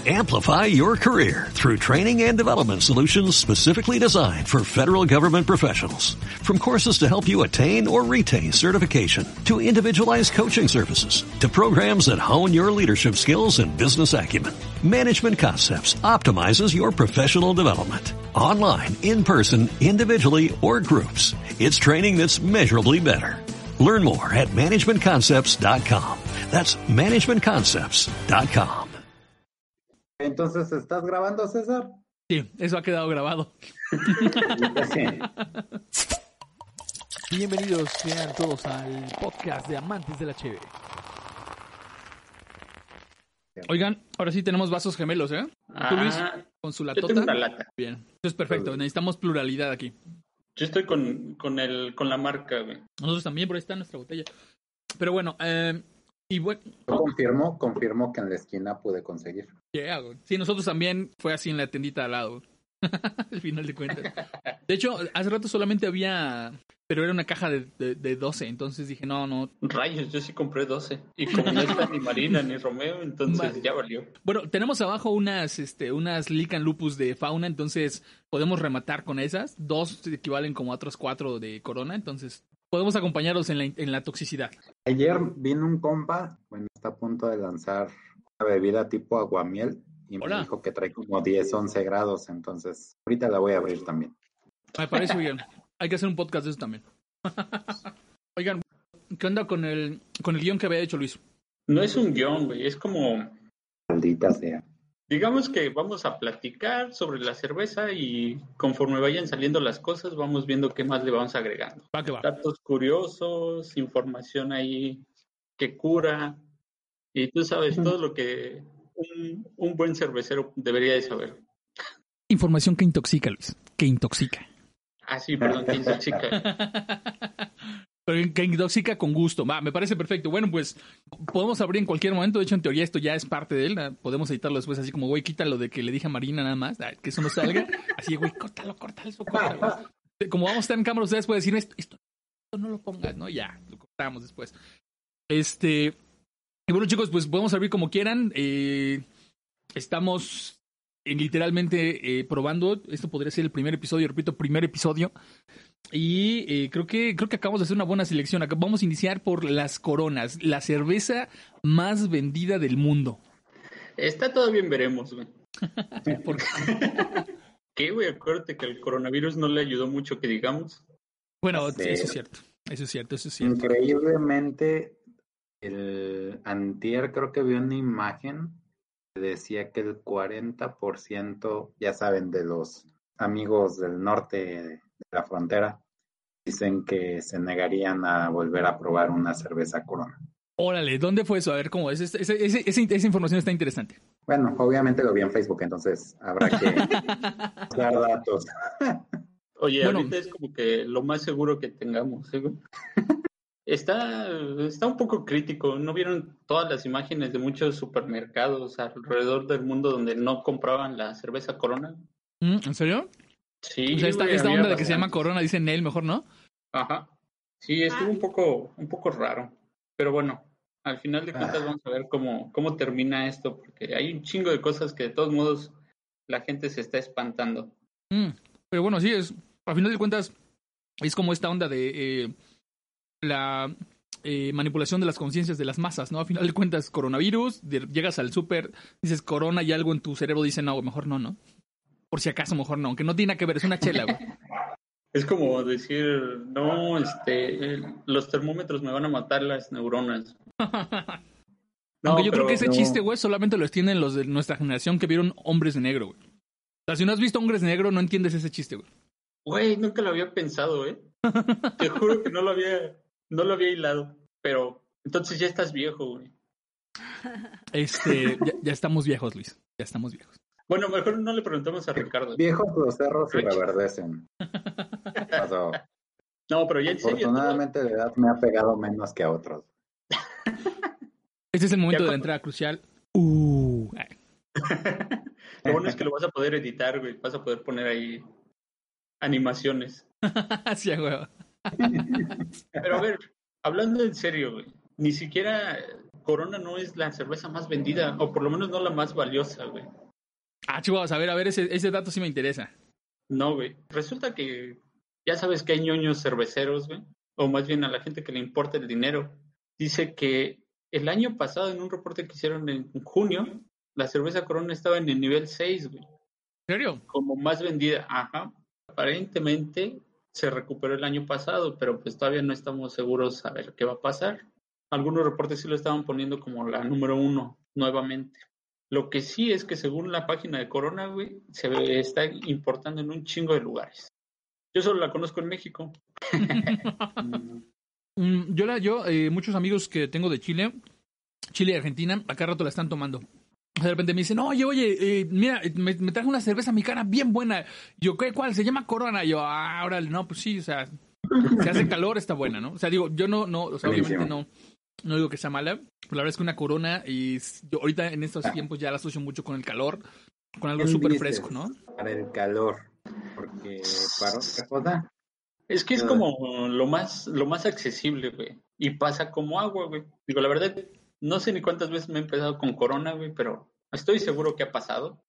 Amplify your career through training and development solutions specifically designed for federal government professionals. From courses to help you attain or retain certification, to individualized coaching services, to programs that hone your leadership skills and business acumen, Management Concepts optimizes your professional development. Online, in person, individually, or groups, it's training that's measurably better. Learn more at managementconcepts.com. That's managementconcepts.com. Entonces, ¿estás grabando, César? Sí, eso ha quedado grabado. Bienvenidos sean todos al podcast de Amantes de la Cheve. Oigan, ahora sí tenemos vasos gemelos, ¿eh? ¿Tú, Luis? ¿Con su latota? Yo tengo una lata. Bien, eso es perfecto. Necesitamos pluralidad aquí. Yo estoy con la marca, güey. Nosotros también, por ahí está nuestra botella. Pero bueno, y bueno... Yo confirmo que en la esquina pude conseguir. Yeah, sí, nosotros también fue así en la tiendita al lado. Al final de cuentas. De hecho, hace rato solamente había... Pero era una caja de 12, entonces dije, no. Rayos, yo sí compré 12. Y como no está ni Marina ni Romeo, entonces ya valió. Bueno, tenemos abajo unas Lican Lupus de Fauna, entonces podemos rematar con esas. 2 equivalen como a otros 4 de Corona, entonces podemos acompañarlos en la toxicidad. Ayer vino un compa, bueno, está a punto de lanzar una bebida tipo aguamiel y me dijo que trae como 10, 11 grados, entonces ahorita la voy a abrir también. Me parece bien. Hay que hacer un podcast de eso también. Oigan, ¿qué onda con el guión que había hecho Luis? No es un guión, güey, es como... Maldita sea. Digamos que vamos a platicar sobre la cerveza y conforme vayan saliendo las cosas, vamos viendo qué más le vamos agregando. Va que va. Datos curiosos, información ahí que cura, y tú sabes todo lo que un buen cervecero debería de saber. Información que intoxica, Luis, que intoxica. Ah, sí, perdón, que intoxica. Pero que intoxica con gusto. Va, me parece perfecto. Bueno, pues podemos abrir en cualquier momento. De hecho, en teoría esto ya es parte de él. Podemos editarlo después así como, güey, quítalo de que le dije a Marina nada más. Que eso no salga. Así, güey, córtalo. Como vamos a estar en cámara, ustedes pueden decir, esto no lo pongas, ¿no? Ya, lo cortamos después. Y bueno, chicos, pues podemos abrir como quieran. Estamos... literalmente probando. Esto podría ser el primer episodio, repito, primer episodio. Y creo que acabamos de hacer una buena selección. Vamos a iniciar por las Coronas, la cerveza más vendida del mundo. Está todo bien, veremos, güey. ¿Por qué? ¿Qué, güey? Acuérdate que el coronavirus no le ayudó mucho, que digamos. Bueno, eso es cierto. Increíblemente, el antier creo que vi una imagen decía que el 40%, ya saben, de los amigos del norte de la frontera, dicen que se negarían a volver a probar una cerveza Corona. Órale, ¿dónde fue eso? A ver cómo es. Esa información está interesante. Bueno, obviamente lo vi en Facebook, entonces habrá que dar datos. Oye, bueno, ahorita es como que lo más seguro que tengamos, ¿eh, güey? Está un poco crítico. ¿No vieron todas las imágenes de muchos supermercados alrededor del mundo donde no compraban la cerveza Corona? ¿En serio? Sí. O sea, esta onda de que se llama Corona, dice Nel, mejor, ¿no? Ajá. Sí, estuvo un poco raro. Pero bueno, al final de cuentas vamos a ver cómo termina esto, porque hay un chingo de cosas que de todos modos la gente se está espantando. Pero bueno, sí, al final de cuentas es como esta onda de... la manipulación de las conciencias de las masas, ¿no? A final de cuentas, coronavirus, llegas al súper, dices corona y algo en tu cerebro dice, no, mejor no. Por si acaso, mejor no, aunque no tiene nada que ver, es una chela, güey. Es como decir, no, los termómetros me van a matar las neuronas. Aunque yo creo que ese chiste, güey, solamente lo entienden los de nuestra generación que vieron Hombres de Negro, güey. O sea, si no has visto Hombres de Negro, no entiendes ese chiste, güey. Güey, nunca lo había pensado, ¿eh? Te juro que no lo había hilado. Pero entonces ya estás viejo, güey. Ya estamos viejos, Luis. Ya estamos viejos. Bueno, mejor no le preguntamos a Ricardo. Viejos los cerros y reverdecen. No, pero ya en serio. Afortunadamente la edad me ha pegado menos que a otros. Este es el momento de la entrada crucial. Lo bueno es que lo vas a poder editar, güey. Vas a poder poner ahí animaciones. Sí, güey. Pero a ver, hablando en serio, güey. Ni siquiera Corona no es la cerveza más vendida, o por lo menos no la más valiosa, güey. Chihuahua, a ver, ese dato sí me interesa. No, güey. Resulta que ya sabes que hay ñoños cerveceros, güey, o más bien a la gente que le importa el dinero. Dice que el año pasado, en un reporte que hicieron en junio, la cerveza Corona estaba en el nivel 6, güey. ¿En serio? Como más vendida, ajá. Aparentemente se recuperó el año pasado, pero pues todavía no estamos seguros a ver qué va a pasar. Algunos reportes sí lo estaban poniendo como la número 1 nuevamente. Lo que sí es que según la página de Corona, güey, se está importando en un chingo de lugares. Yo solo la conozco en México. Muchos amigos que tengo de Chile y Argentina, acá rato la están tomando. De repente me dicen, oye, mira, me traje una cerveza mexicana bien buena. Yo, ¿cuál? Se llama Corona. Yo, órale, no, pues sí, o sea, si hace calor está buena, ¿no? O sea, digo, yo no, o sea, obviamente no digo que sea mala, pero la verdad es que una Corona, y yo ahorita en estos tiempos ya la asocio mucho con el calor, con algo súper fresco, ¿no? Para el calor, porque para otra cosa... Es que es como lo más accesible, güey. Y pasa como agua, güey. Digo, la verdad, no sé ni cuántas veces me he empezado con Corona, güey, pero estoy seguro que ha pasado.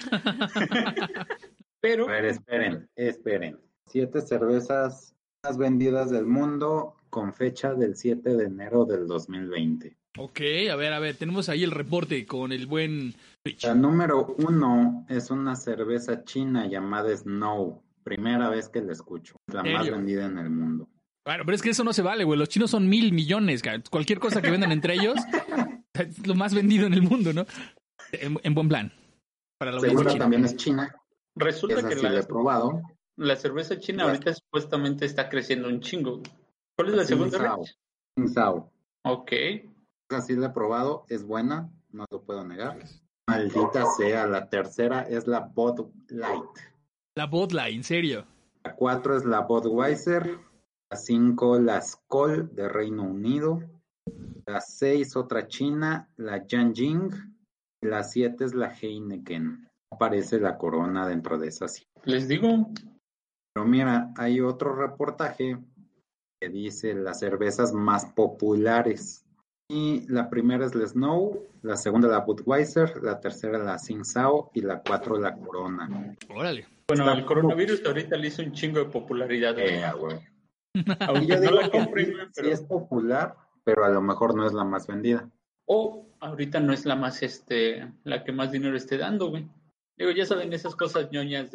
Pero... A ver, esperen. 7 cervezas más vendidas del mundo con fecha del 7 de enero del 2020. Ok, a ver, tenemos ahí el reporte con el buen... La número 1 es una cerveza china llamada Snow. Primera vez que la escucho. La más vendida en el mundo. Bueno, pero es que eso no se vale, güey. Los chinos son 1,000 millones. Cualquier cosa que vendan entre ellos es lo más vendido en el mundo, ¿no? En buen plan. Para la seguro china. También es china. Resulta que la he probado. La cerveza china ahorita supuestamente está creciendo un chingo. ¿Cuál es la segunda? Tsingtao. Ok. Esa sí la he probado. Es buena. No lo puedo negar. Maldita sea. La tercera es la Bud Light. La Bud Light, ¿en serio? La 4 es la Budweiser, la 5 la Skol de Reino Unido, la 6 otra china, la Yanjing, y la 7 es la Heineken. Aparece la Corona dentro de esas. Les digo. Pero mira, hay otro reportaje que dice las cervezas más populares. Y la primera es la Snow, la segunda la Budweiser, la tercera la Tsingtao y la 4 la Corona. Órale. Bueno, el coronavirus ahorita le hizo un chingo de popularidad. Güey. Aunque yo no digo la compren, que sí es popular, pero a lo mejor no es la más vendida. O ahorita no es la más, la que más dinero esté dando, güey. Digo, ya saben esas cosas ñoñas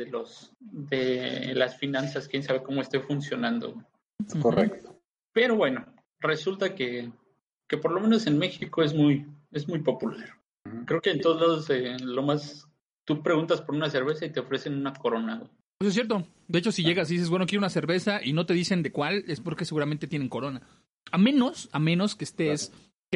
de las finanzas, quién sabe cómo esté funcionando. Correcto. Pero bueno, resulta que por lo menos en México es muy popular. Creo que en todos lados lo más... Tú preguntas por una cerveza y te ofrecen una Corona, güey. Pues es cierto. De hecho, si llegas y dices, bueno, quiero una cerveza y no te dicen de cuál, es porque seguramente tienen Corona. A menos que estés,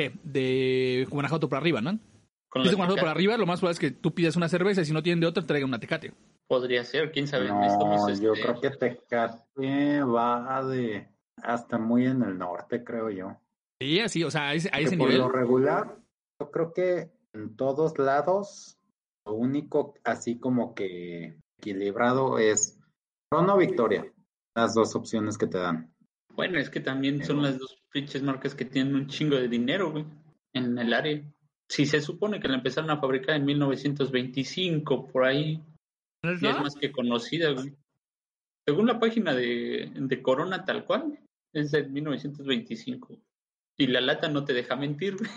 de Guanajuato para arriba, ¿no? Si es de Guanajuato para arriba, lo más probable es que tú pidas una cerveza y si no tienen de otra, te traigan una Tecate. Podría ser, quién sabe. No, yo creo que Tecate va hasta muy en el norte, creo yo. Sí, así, o sea, a ese nivel. Por lo regular, yo creo que en todos lados, lo único así como que equilibrado es Corona o Victoria. Las dos opciones que te dan. Bueno, es que también son las dos pinches marcas que tienen un chingo de dinero, güey, en el área. Si se supone que la empezaron a fabricar en 1925, por ahí, ya es más que conocida, güey. Según la página de Corona tal cual, es de 1925. Y la lata no te deja mentir, güey.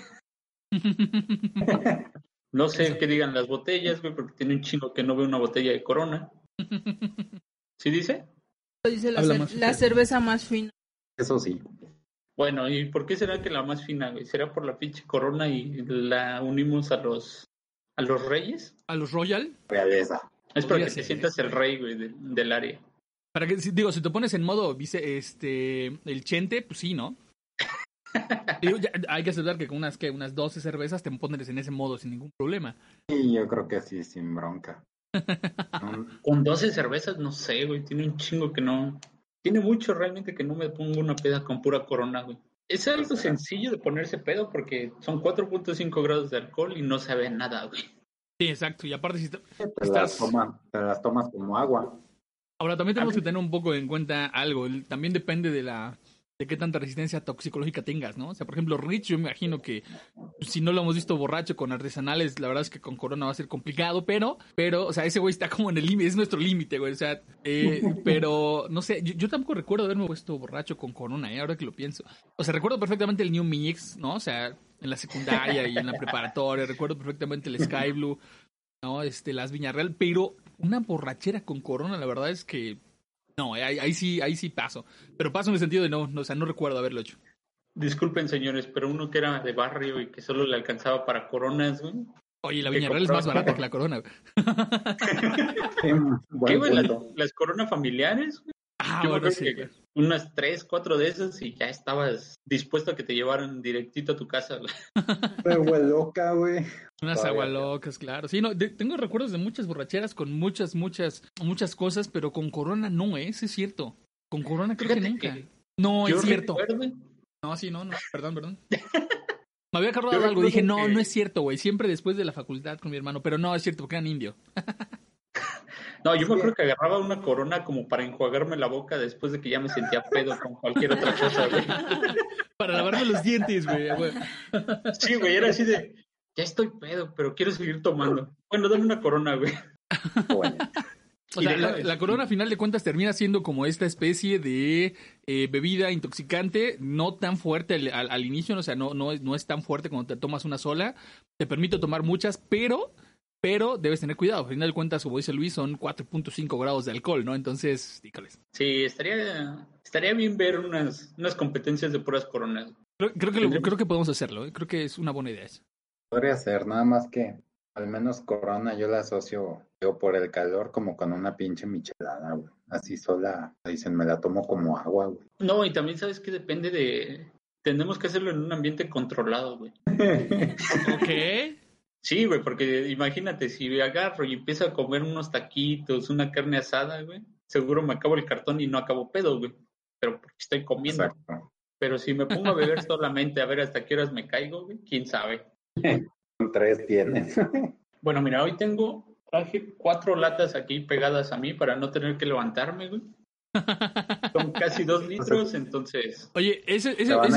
No sé qué digan las botellas, güey, porque tiene un chingo que no ve una botella de Corona. ¿Sí dice? Dice la cerveza más fina. Eso sí. Bueno, ¿y por qué será que la más fina, güey? ¿Será por la pinche Corona y la unimos a los reyes? ¿A los Royal? Realeza. Es para que te sientas el rey, güey, del área. Para que, digo, si te pones en modo, el chente, pues sí, ¿no? Digo, hay que aceptar que con unas 12 cervezas te pones en ese modo sin ningún problema. Sí, yo creo que sí, sin bronca. Con 12 cervezas, no sé, güey, tiene un chingo que no... Tiene mucho realmente que no me pongo una peda con pura Corona, güey. Es algo sencillo de ponerse pedo porque son 4.5 grados de alcohol y no sabe nada, güey. Sí, exacto, y aparte si te las tomas como agua. Ahora también tenemos que tener un poco en cuenta algo, también depende de la de qué tanta resistencia toxicológica tengas, ¿no? O sea, por ejemplo, Rich, yo me imagino que si no lo hemos visto borracho con artesanales, la verdad es que con Corona va a ser complicado, pero, o sea, ese güey está como en el límite, es nuestro límite, güey, o sea, pero, no sé, yo tampoco recuerdo haberme puesto borracho con Corona, ahora que lo pienso. O sea, recuerdo perfectamente el New Mix, ¿no? O sea, en la secundaria y en la preparatoria, recuerdo perfectamente el Sky Blue, ¿no? Las Viñarreal, pero una borrachera con Corona, la verdad es que no, ahí sí paso. Pero paso en el sentido de no, o sea, no recuerdo haberlo hecho. Disculpen, señores, pero uno que era de barrio y que solo le alcanzaba para Coronas, güey. Oye, la Viñarreal es más barata que la Corona, güey. ¿Qué, güey? ¿Las Coronas familiares, güey? Yo bueno, creo sí. que unas 3, 4 de esas y ya estabas dispuesto a que te llevaran directito a tu casa, güey. Agua loca, güey. Unas agualocas, claro. Sí, no, tengo recuerdos de muchas borracheras con muchas cosas, pero con Corona no, eso es cierto. Con Corona creo que nunca. No, es cierto. Recuerdo. No, perdón. Me había acordado de algo, dije, no es cierto, güey. Siempre después de la facultad con mi hermano, pero no, es cierto, porque eran indio. No, yo me acuerdo que agarraba una Corona como para enjuagarme la boca después de que ya me sentía pedo con cualquier otra cosa, güey. Para lavarme los dientes, güey. Sí, güey, era así de, ya estoy pedo, pero quiero seguir tomando. Bueno, dame una Corona, güey. Bueno. O sea, la Corona a final de cuentas termina siendo como esta especie de bebida intoxicante, no tan fuerte al inicio, o sea, no es tan fuerte cuando te tomas una sola, te permite tomar muchas, pero debes tener cuidado, al final de cuentas, como dice Luis, son 4.5 grados de alcohol, ¿no? Entonces, dígales. Sí, estaría bien ver unas competencias de puras Coronas. Creo que podemos hacerlo, creo que es una buena idea eso. Podría ser, nada más que al menos Corona yo la asocio por el calor como con una pinche michelada, güey. Así sola, dicen, me la tomo como agua, güey. No, y también sabes que depende de... Tenemos que hacerlo en un ambiente controlado, güey. ¿Ok? Sí, güey, porque imagínate, si agarro y empiezo a comer unos taquitos, una carne asada, güey, seguro me acabo el cartón y no acabo pedo, güey. Pero porque estoy comiendo. Exacto. Pero si me pongo a beber solamente a ver hasta qué horas me caigo, güey, quién sabe. 3 tienes. Bueno, mira, hoy traje 4 latas aquí pegadas a mí para no tener que levantarme, güey. Son casi 2 litros, entonces... Oye, ese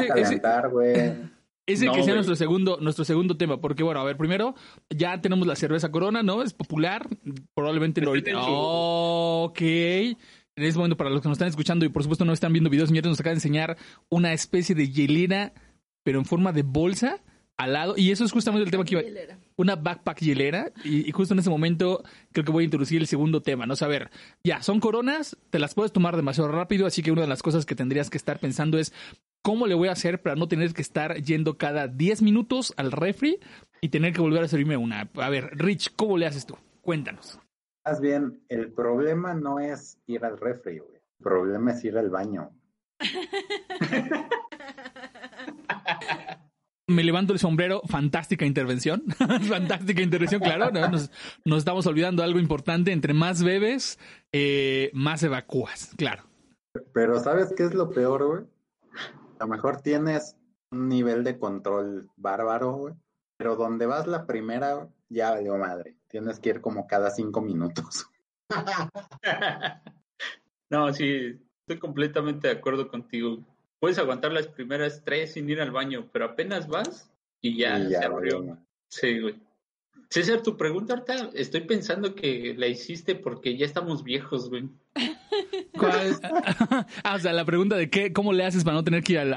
No, que sea güey. nuestro segundo tema, porque bueno, a ver, primero, ya tenemos la cerveza Corona, ¿no? Es popular, probablemente no ahorita. Ok. En ese momento, para los que nos están escuchando y por supuesto no están viendo videos, Mierda nos acaba de enseñar una especie de hielera, pero en forma de bolsa, al lado, y eso es justamente el tema que iba... Una backpack hielera, y justo en ese momento creo que voy a introducir el segundo tema, ¿no? O sea, a ver, ya, son Coronas, te las puedes tomar demasiado rápido, así que una de las cosas que tendrías que estar pensando es ¿cómo le voy a hacer para no tener que estar yendo cada 10 minutos al refri y tener que volver a servirme una? A ver, Rich, ¿cómo le haces tú? Cuéntanos. Más bien, el problema no es ir al refri, güey. El problema es ir al baño. Me levanto el sombrero, fantástica intervención. Fantástica intervención, claro. Nos estamos olvidando de algo importante. Entre más bebes, más evacúas, claro. Pero ¿sabes qué es lo peor, güey? A lo mejor tienes un nivel de control bárbaro, güey. Pero donde vas la primera, ya valió madre. Tienes que ir como cada 5 minutos. No, sí, estoy completamente de acuerdo contigo. Puedes aguantar las primeras 3 sin ir al baño, pero apenas vas y ya se abrió. Valió. Sí, güey. César, tu pregunta ahorita estoy pensando que la hiciste porque ya estamos viejos, güey. ¿Cuál? O sea, la pregunta de ¿cómo le haces para no tener que ir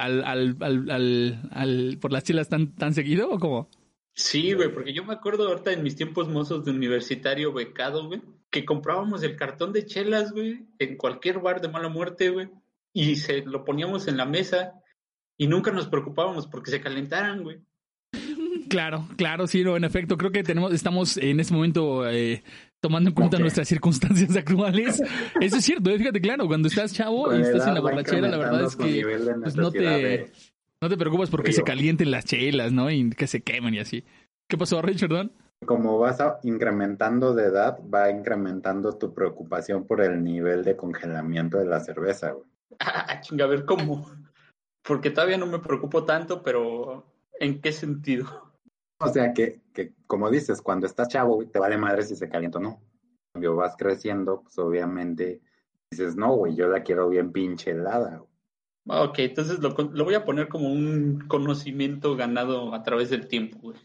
por las chelas tan seguido o cómo? Sí, güey, porque yo me acuerdo ahorita en mis tiempos mozos de universitario becado, güey, que comprábamos el cartón de chelas, güey, en cualquier bar de mala muerte, güey, y se lo poníamos en la mesa y nunca nos preocupábamos porque se calentaran, güey. Claro, sí, no, en efecto, creo que estamos en este momento tomando en cuenta nuestras circunstancias actuales. Eso es cierto, fíjate, claro, cuando estás chavo y estás en la borrachera, la verdad es que pues, no te preocupas porque se calienten las chelas, ¿no? Y que se quemen y así. ¿Qué pasó, Richard? Como vas incrementando de edad, va incrementando tu preocupación por el nivel de congelamiento de la cerveza, güey. Chinga, a ver cómo. Porque todavía no me preocupo tanto, pero ¿en qué sentido? O sea que como dices, cuando estás chavo, güey, te vale madre si se calienta o no. Cuando vas creciendo, pues obviamente dices, no, güey, yo la quiero bien pinche helada, güey. Ok, entonces lo voy a poner como un conocimiento ganado a través del tiempo, güey.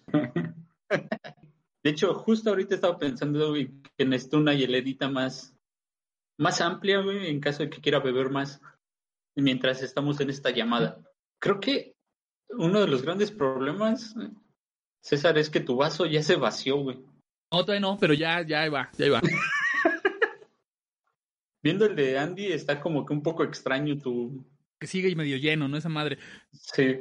De hecho, justo ahorita estaba pensando, güey, que necesito una hielerita más amplia, güey, en caso de que quiera beber más mientras estamos en esta llamada. Creo que uno de los grandes problemas, César, es que tu vaso ya se vació, güey. No, todavía no, pero ya va. Viendo el de Andy, está como que un poco extraño tu... Que sigue medio lleno, ¿no? Esa madre. Sí.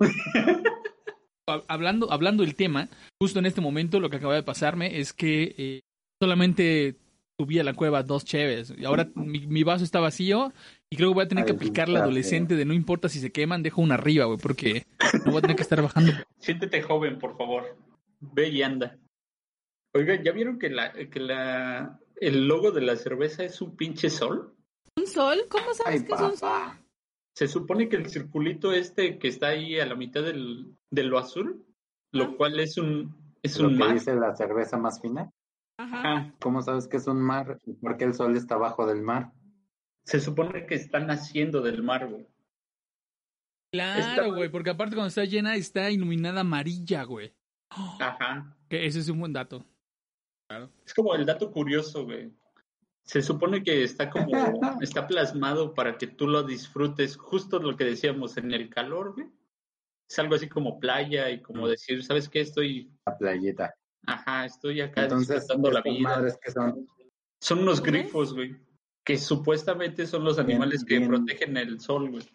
Hablando del tema, justo en este momento lo que acaba de pasarme es que solamente subí a la cueva 2 cheves. Y ahora mi vaso está vacío y creo que voy a tener que aplicar la adolescente de no importa si se queman, dejo una arriba, güey, porque no voy a tener que estar bajando. Siéntete joven, por favor. Ve y anda. Oiga, ¿ya vieron que el logo de la cerveza es un pinche sol? ¿Un sol? ¿Cómo sabes que es un sol? Se supone que el circulito que está ahí a la mitad de lo azul, lo cual es un mar. ¿Qué dice la cerveza más fina? Ajá. ¿Cómo sabes que es un mar? ¿Y por qué el sol está abajo del mar? Se supone que está naciendo del mar, güey. Claro, güey, porque aparte cuando está llena está iluminada amarilla, güey. Ajá. Que ese es un buen dato. Claro. Es como el dato curioso, güey. Se supone que está plasmado para que tú lo disfrutes, justo lo que decíamos en el calor, güey. Es algo así como playa y como decir, ¿sabes qué? La playeta. Ajá, estoy acá Entonces, disfrutando la vida. Madres que son unos grifos, güey, que supuestamente son los animales que protegen el sol, güey.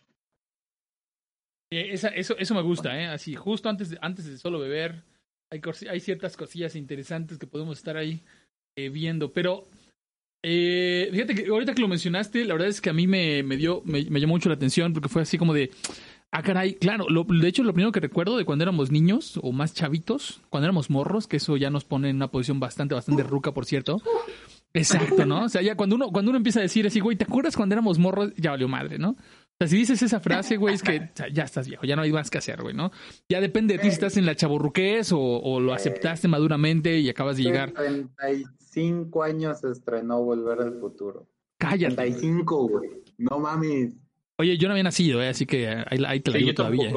Eso me gusta, ¿eh? Así, justo antes de solo beber, hay ciertas cosillas interesantes que podemos estar ahí viendo, pero... fíjate que ahorita que lo mencionaste, la verdad es que a mí me llamó mucho la atención porque fue así como de, caray, claro, de hecho lo primero que recuerdo de cuando éramos niños o más chavitos, cuando éramos morros, que eso ya nos pone en una posición bastante ruca, por cierto. Exacto, ¿no? O sea, ya cuando uno empieza a decir así, güey, ¿te acuerdas cuando éramos morros? Ya valió madre, ¿no? O sea, si dices esa frase, güey, es que ya estás viejo, ya no hay más que hacer, güey, ¿no? Ya depende de ti si estás en la chavorruquez o lo aceptaste maduramente y acabas de llegar. 35 años se estrenó Volver al Futuro. Cállate. 35, güey. No mames. Oye, yo no había nacido, así que ahí te la digo todavía.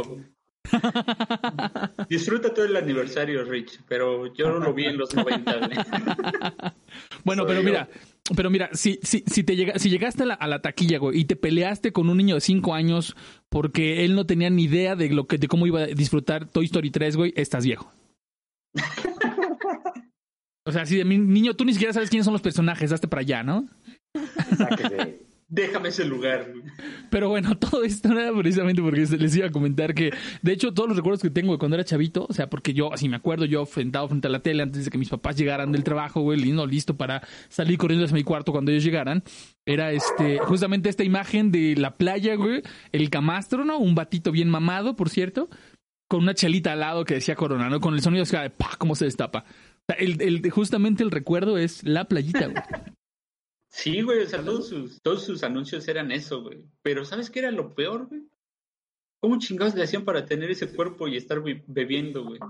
Disfruta todo el aniversario, Rich, pero yo no lo vi en los 90. ¿eh? Bueno, pero mira, si llegaste a la taquilla, güey, y te peleaste con un niño de 5 años porque él no tenía ni idea de cómo iba a disfrutar Toy Story 3, güey, estás viejo. O sea, si de mi niño tú ni siquiera sabes quiénes son los personajes, hazte para allá, ¿no? Sáquese. Déjame ese lugar. Pero bueno, todo esto era precisamente porque les iba a comentar que, de hecho, todos los recuerdos que tengo de cuando era chavito, o sea, porque yo, así me acuerdo, yo sentado frente a la tele antes de que mis papás llegaran del trabajo, güey, listo para salir corriendo hacia mi cuarto cuando ellos llegaran, era justamente esta imagen de la playa, güey, el camastro, ¿no? Un batito bien mamado, por cierto, con una chelita al lado que decía Corona, ¿no? Con el sonido de ¡pah! Cómo se destapa. O sea, justamente el recuerdo es la playita, güey. Sí, güey, o sea, todos sus anuncios eran eso, güey. Pero ¿sabes qué era lo peor, güey? ¿Cómo chingados le hacían para tener ese cuerpo y estar bebiendo, güey?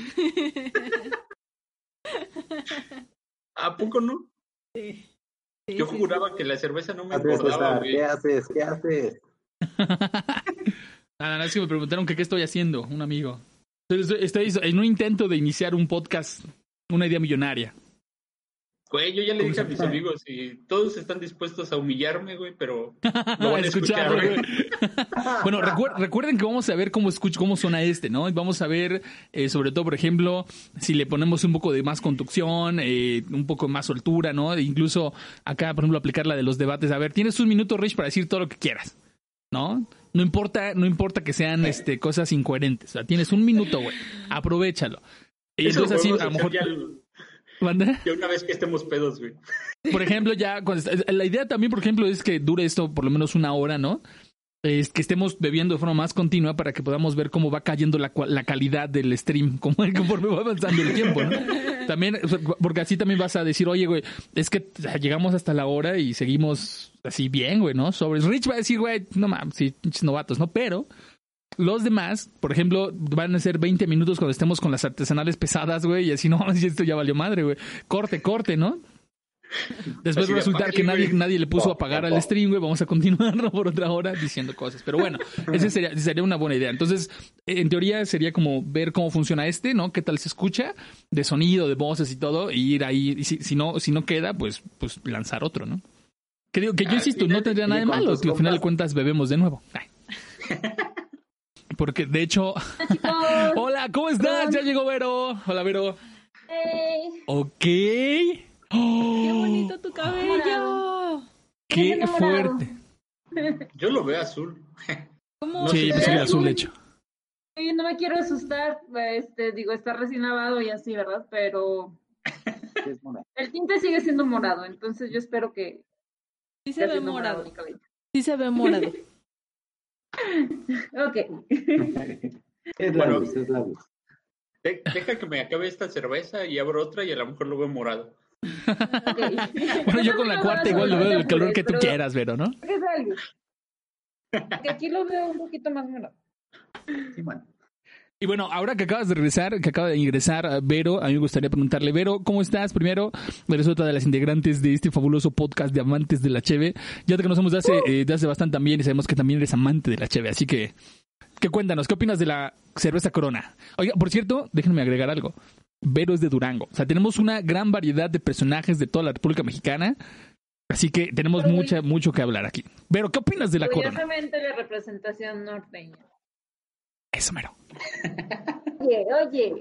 ¿A poco no? Sí. Yo juraba que la cerveza no me engordaba, güey. ¿Qué haces? Nada, es que me preguntaron qué estoy haciendo, un amigo. Estoy en un intento de iniciar un podcast, una idea millonaria. Güey, yo ya le dije a mis amigos y todos están dispuestos a humillarme, güey, pero lo van a escuchar, güey. Bueno, recuerden que vamos a ver cómo suena ¿no? Y vamos a ver, sobre todo, por ejemplo, si le ponemos un poco de más conducción, un poco más soltura, ¿no? E incluso acá, por ejemplo, aplicar la de los debates. A ver, tienes un minuto, Rich, para decir todo lo que quieras, ¿no? No importa que sean cosas incoherentes. O sea, tienes un minuto, güey. Aprovéchalo. Y entonces así, a lo mejor... Ya una vez que estemos pedos, güey. Por ejemplo, la idea también, por ejemplo, es que dure esto por lo menos 1 hora, ¿no? Es que estemos bebiendo de forma más continua para que podamos ver cómo va cayendo la calidad del stream, conforme va avanzando el tiempo, ¿no? También, porque así también vas a decir, oye, güey, es que llegamos hasta la hora y seguimos así bien, güey, ¿no? Rich va a decir, güey, no mames, sí, novatos, ¿no? Pero... los demás, por ejemplo, van a ser 20 minutos cuando estemos con las artesanales pesadas, güey, y así no, si esto ya valió madre, güey. Corte, ¿no? Después va a resultar que nadie le puso a apagar al stream, güey. Vamos a continuarlo por otra hora diciendo cosas. Pero bueno, esa sería una buena idea. Entonces, en teoría sería como ver cómo funciona ¿no? Qué tal se escucha de sonido, de voces y todo, y ir ahí. Y si no queda, pues lanzar otro, ¿no? Que digo, que yo insisto, no tendría nada de malo. Que al final de cuentas bebemos de nuevo. Ay. Porque, de hecho... Hola, ¿cómo estás? Ya llegó Vero. Hola, Vero. Hey. Ok. ¡Qué bonito tu cabello! ¡Qué fuerte! Yo lo veo azul. ¿Cómo? Sí, yo soy azul, de hecho. Oye, no me quiero asustar, está recién lavado y así, ¿verdad? Pero el tinte sigue siendo morado, entonces yo espero que... Sí se ve morado. Sí se ve morado. Ok. Es la luz, es la luz. Deja que me acabe esta cerveza y abro otra y a lo mejor lo veo morado. Okay. Bueno, yo con la cuarta igual lo veo el color que tú quieras, Vero, ¿no? ¿Qué es algo? Porque aquí lo veo un poquito más morado. Sí, bueno. Y bueno, ahora que acabas de regresar, que acaba de ingresar Vero, a mí me gustaría preguntarle, Vero, ¿cómo estás? Primero, eres otra de las integrantes de este fabuloso podcast de amantes de la cheve. Ya te conocemos de hace bastante también y sabemos que también eres amante de la cheve, así que cuéntanos, ¿qué opinas de la cerveza Corona? Oiga, por cierto, déjenme agregar algo. Vero es de Durango. O sea, tenemos una gran variedad de personajes de toda la República Mexicana, así que tenemos mucho que hablar aquí. Vero, ¿qué opinas de la Corona? Curiosamente la representación norteña. Eso, mero. Oye.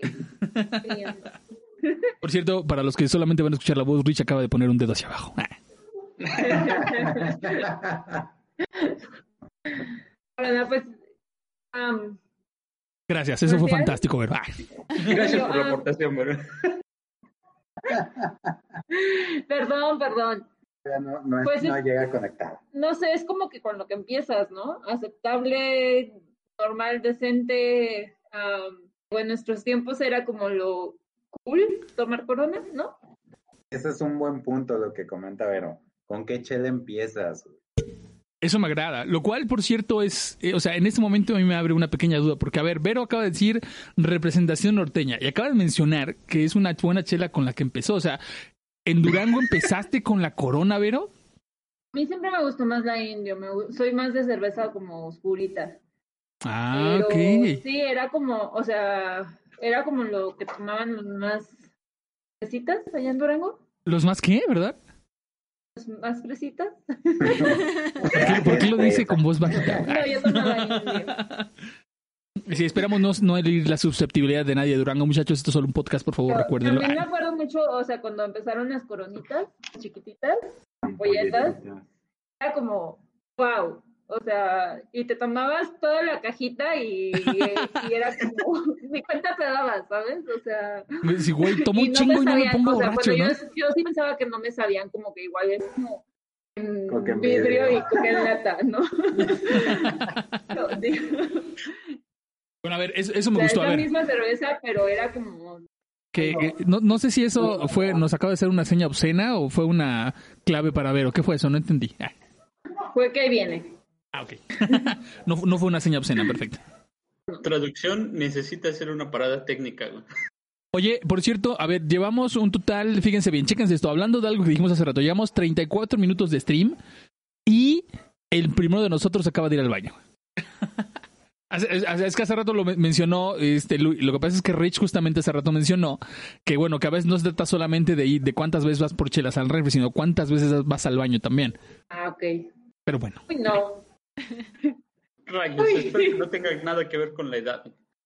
Por cierto, para los que solamente van a escuchar la voz, Rich acaba de poner un dedo hacia abajo. Bueno, pues... Gracias, eso fue fantástico, Vero. Gracias por la aportación, Vero. Perdón. Pues no llega a conectar. No sé, es como que con lo que empiezas, ¿no? Aceptable, normal, decente. En nuestros tiempos era como lo cool tomar Corona, ¿no? Ese es un buen punto lo que comenta Vero. ¿Con qué chela empiezas? Eso me agrada. Lo cual, por cierto, es... o sea, en este momento a mí me abre una pequeña duda. Porque, a ver, Vero acaba de decir representación norteña. Y acaba de mencionar que es una buena chela con la que empezó. O sea, ¿en Durango empezaste con la Corona, Vero? A mí siempre me gustó más la indio. Soy más de cerveza como oscurita. Ah, pero, ok. Sí, era como... O sea, era como lo que tomaban los más... ¿Fresitas allá en Durango? ¿Los más qué, verdad? ¿Más fresitas? ¿Por qué lo dice con voz bajita? No, yo tomaba indio. Sí, esperamos no herir la susceptibilidad de nadie de Durango, muchachos. Esto es solo un podcast, por favor, recuérdenlo. También me acuerdo mucho, o sea, cuando empezaron las coronitas chiquititas, ampolletas, era como, wow. O sea, y te tomabas toda la cajita y era como, ni cuenta te dabas, ¿sabes? O sea... Sí, güey, tomo un chingo y no me pongo borracho, ¿no? Yo sí pensaba que no me sabían, como que igual es como en vidrio y coca en lata, ¿no? Bueno, a ver, eso me gustó. Es la misma cerveza, pero era como... No sé si eso nos acaba de hacer una seña obscena o fue una clave para ver, o qué fue eso, no entendí. Fue que viene. Ah, ok. No fue una seña obscena, perfecto. Traducción necesita hacer una parada técnica, güey. Oye, por cierto, a ver, llevamos un total, fíjense bien, chéquense esto, hablando de algo que dijimos hace rato, llevamos 34 minutos de stream y el primero de nosotros acaba de ir al baño. Es que hace rato lo mencionó, lo que pasa es que Rich justamente hace rato mencionó que bueno, que a veces no se trata solamente de cuántas veces vas por chelas al refri, sino cuántas veces vas al baño también. Ah, ok. Pero bueno. Uy, no. Rayos, espero que no tenga nada que ver con la edad.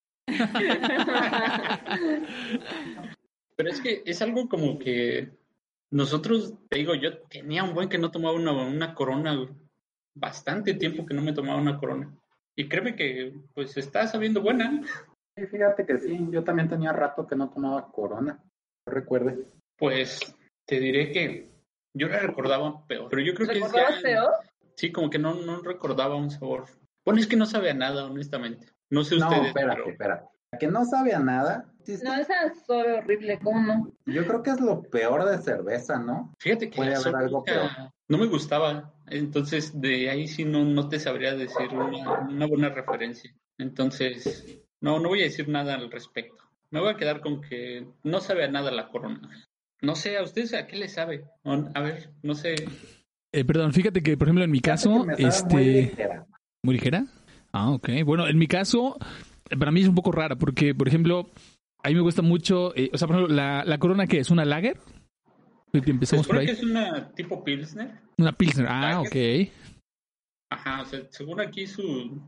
Pero es que es algo como que nosotros, te digo, yo tenía un buen que no tomaba una Corona, güey. Bastante tiempo que no me tomaba una Corona. Y créeme que, pues, está sabiendo buena. Sí, fíjate que sí, yo también tenía rato que no tomaba Corona, recuerde. Pues, te diré que yo la recordaba peor, pero yo creo que ¿Recordabas peor? Sí, como que no recordaba un sabor. Bueno, es que no sabe a nada, honestamente. No sé ustedes, No, espérate. Que no sabe a nada. No, esa es horrible, ¿cómo no? Yo creo que es lo peor de cerveza, ¿no? Fíjate que puede haber algo peor. No me gustaba, entonces de ahí sí no te sabría decir una buena referencia. Entonces, no voy a decir nada al respecto. Me voy a quedar con que no sabe a nada la Corona. No sé, ¿a ustedes a qué les sabe? A ver, no sé. Perdón, fíjate que, por ejemplo, en mi caso, muy ligera. ¿Muy ligera? Ah, ok. Bueno, en mi caso, para mí es un poco rara, porque, por ejemplo, a mí me gusta mucho, o sea, por ejemplo, ¿la Corona qué es? ¿Una lager? Empezamos por ahí. Que es una tipo Pilsner. Una Pilsner, lager. Ok. Ajá, o sea, según aquí su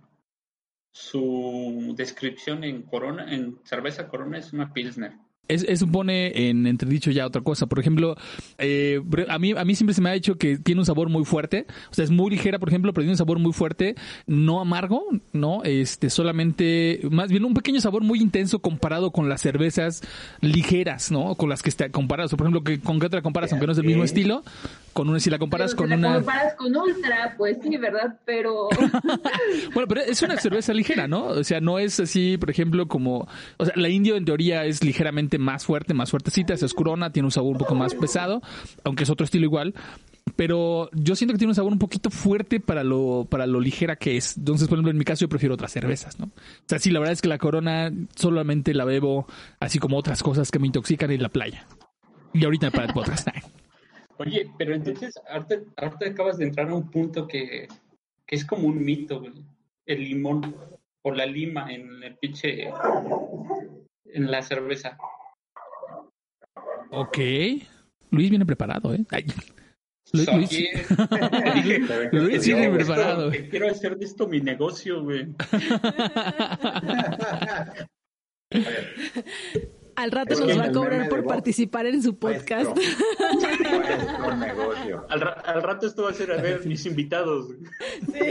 descripción en Corona, en cerveza Corona es una Pilsner. Eso pone en entredicho ya otra cosa. Por ejemplo, a mí siempre se me ha dicho que tiene un sabor muy fuerte. O sea, es muy ligera, por ejemplo, pero tiene un sabor muy fuerte, no amargo, ¿no? Solamente, más bien un pequeño sabor muy intenso comparado con las cervezas ligeras, ¿no? Con las que está comparadas. Por ejemplo, ¿con qué otra comparas? Aunque no es del mismo estilo. Si la comparas con una... Si la comparas con Ultra, pues sí, ¿verdad? Pero... Bueno, pero es una cerveza ligera, ¿no? O sea, no es así, por ejemplo, como... O sea, la Indio en teoría es ligeramente más fuertecita, es oscurona, tiene un sabor un poco más pesado, aunque es otro estilo igual, pero yo siento que tiene un sabor un poquito fuerte para lo ligera que es. Entonces, por ejemplo, en mi caso yo prefiero otras cervezas, ¿no? O sea, sí, la verdad es que la Corona solamente la bebo así como otras cosas que me intoxican en la playa. Y ahorita para otras. Oye, pero entonces, ahorita acabas de entrar a un punto que es como un mito, güey. El limón o la lima en el pinche... en la cerveza. Ok. Luis viene preparado, ¿eh? Ay. Luis viene preparado. Quiero hacer de esto mi negocio, güey. Al rato nos va a cobrar por participar en su podcast. Negocio. Al rato esto va a ser a ver mis invitados. Sí.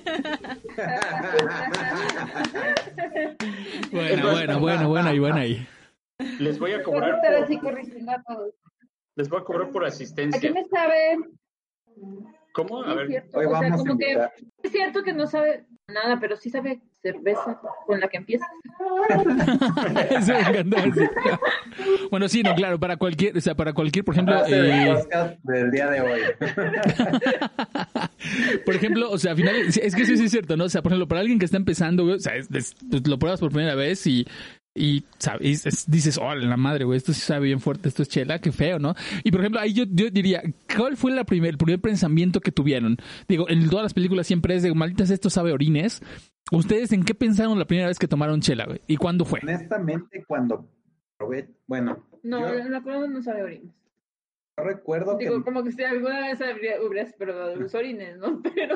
Buena ahí. Les voy a cobrar les voy a cobrar por asistencia. ¿A qué me sabe? ¿Cómo? A ver. Hoy vamos a invitar. Es cierto que no sabe nada, pero sí sabe cerveza con la que empieza. Eso me encantó. Bueno, sí, no, claro, para cualquier, por ejemplo, el podcast del día de hoy. Por ejemplo, o sea, al final, es que eso sí es cierto, ¿no? O sea, por ejemplo, para alguien que está empezando, güey, o sea, pues lo pruebas por primera vez y ¿sabes? Dices, oh, la madre, güey, esto sí sabe bien fuerte, esto es chela, qué feo, ¿no? Y por ejemplo, ahí yo diría, ¿cuál fue el primer pensamiento que tuvieron? Digo, en todas las películas siempre es de, malditas, esto sabe a orines. ¿Ustedes en qué pensaron la primera vez que tomaron chela, güey? ¿Y cuándo fue? Honestamente, cuando probé, bueno... No, la prueba no sabe a orines. Yo recuerdo que... Digo, como que si alguna vez hubieras probado los orines, ¿no? Pero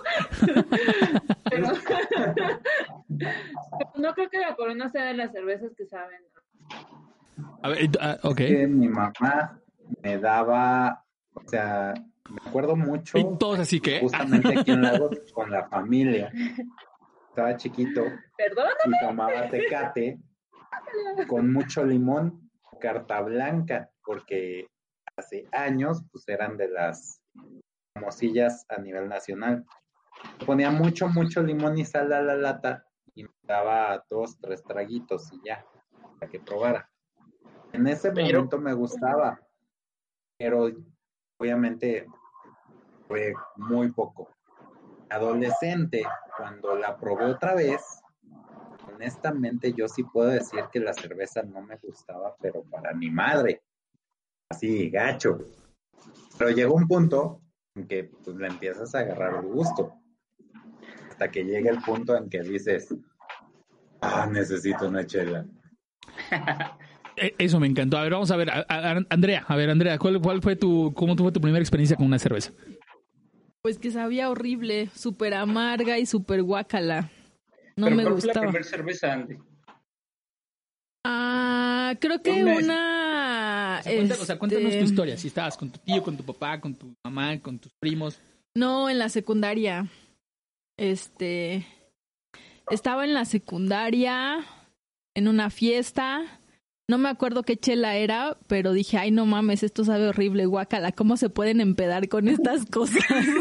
no creo que la Corona sea de las cervezas que saben. A ver, ok. Es que mi mamá me daba, o sea, me acuerdo mucho. Y todos así que... Justamente aquí en Lagos con la familia. Estaba chiquito. Perdóname. Y tomaba Tecate con mucho limón, carta blanca, porque hace años pues eran de las famosillas a nivel nacional. Ponía mucho limón y sal a la lata y me daba 2, 3 traguitos y ya, para que probara. En ese momento me gustaba, pero obviamente fue muy poco. Adolescente, cuando la probé otra vez, honestamente yo sí puedo decir que la cerveza no me gustaba, pero para mi madre, así gacho. Pero llegó un punto en que pues le empiezas a agarrar el gusto, hasta que llega el punto en que dices, necesito una chela. Eso me encantó. A ver, vamos a ver, Andrea, ¿cuál fue cómo fue tu primera experiencia con una cerveza? Pues que sabía horrible, súper amarga y súper guácala. No me gustaba. ¿Cuál fue la primera cerveza, Andy? Creo que una... O sea, cuéntanos tu historia. Si estabas con tu tío, con tu papá, con tu mamá, con tus primos. No, en la secundaria. Estaba en la secundaria, en una fiesta. No me acuerdo qué chela era, pero dije, ay, no mames, esto sabe horrible, guácala, ¿cómo se pueden empedar con estas cosas?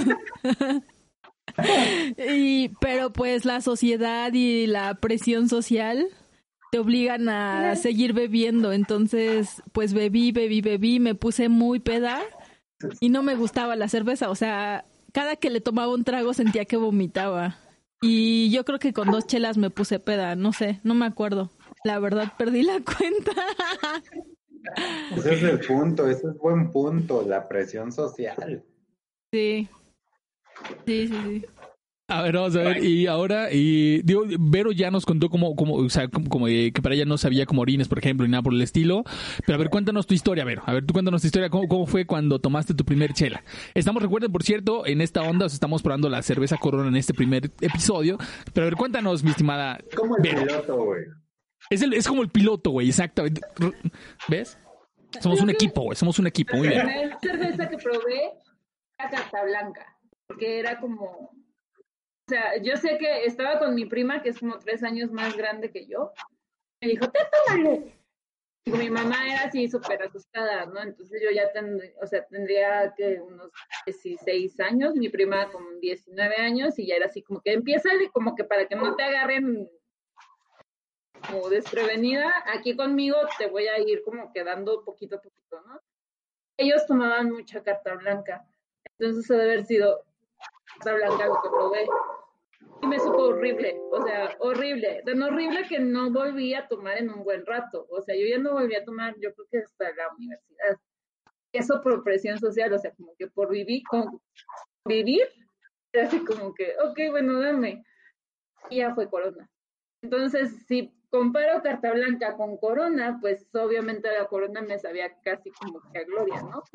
Pero pues la sociedad y la presión social te obligan a seguir bebiendo, entonces pues bebí, me puse muy peda y no me gustaba la cerveza, o sea, cada que le tomaba un trago sentía que vomitaba y yo creo que con 2 chelas me puse peda, no sé, no me acuerdo. La verdad, perdí la cuenta. Ese es el punto, ese es buen punto, la presión social. Sí. Sí. A ver, vamos a ver, y ahora, digo, Vero ya nos contó o sea, como que para ella no sabía como orines, por ejemplo, y nada por el estilo, pero a ver, cuéntanos tu historia, Vero, a ver, tú cuéntanos tu historia, cómo fue cuando tomaste tu primer chela. Recuerden, por cierto, en esta onda, os estamos probando la cerveza Corona en este primer episodio, pero a ver, cuéntanos, mi estimada Como el Vero. piloto, güey. Es como el piloto, güey, exactamente. ¿Ves? Somos un equipo, güey, somos un equipo, muy bien. La primera cerveza que probé era Carta Blanca, porque era como... O sea, yo sé que estaba con mi prima, que es como 3 años más grande que yo. Me dijo, tómale. Digo, mi mamá era así súper asustada, ¿no? Entonces yo ya tendría que unos 16 años, mi prima como 19 años, y ya era así como que empieza como que para que no te agarren como desprevenida, aquí conmigo te voy a ir como quedando poquito a poquito, ¿no? Ellos tomaban mucha Carta Blanca, entonces debe haber sido Carta Blanca lo que probé. Y me supo horrible, o sea, horrible. Tan horrible que no volví a tomar en un buen rato. O sea, yo ya no volví a tomar, yo creo que hasta la universidad. Eso por presión social, o sea, como que por vivir, era así como que, ok, bueno, dame. Y ya fue Corona. Entonces, si comparo Carta Blanca con Corona, pues obviamente la Corona me sabía casi como que a gloria, ¿no?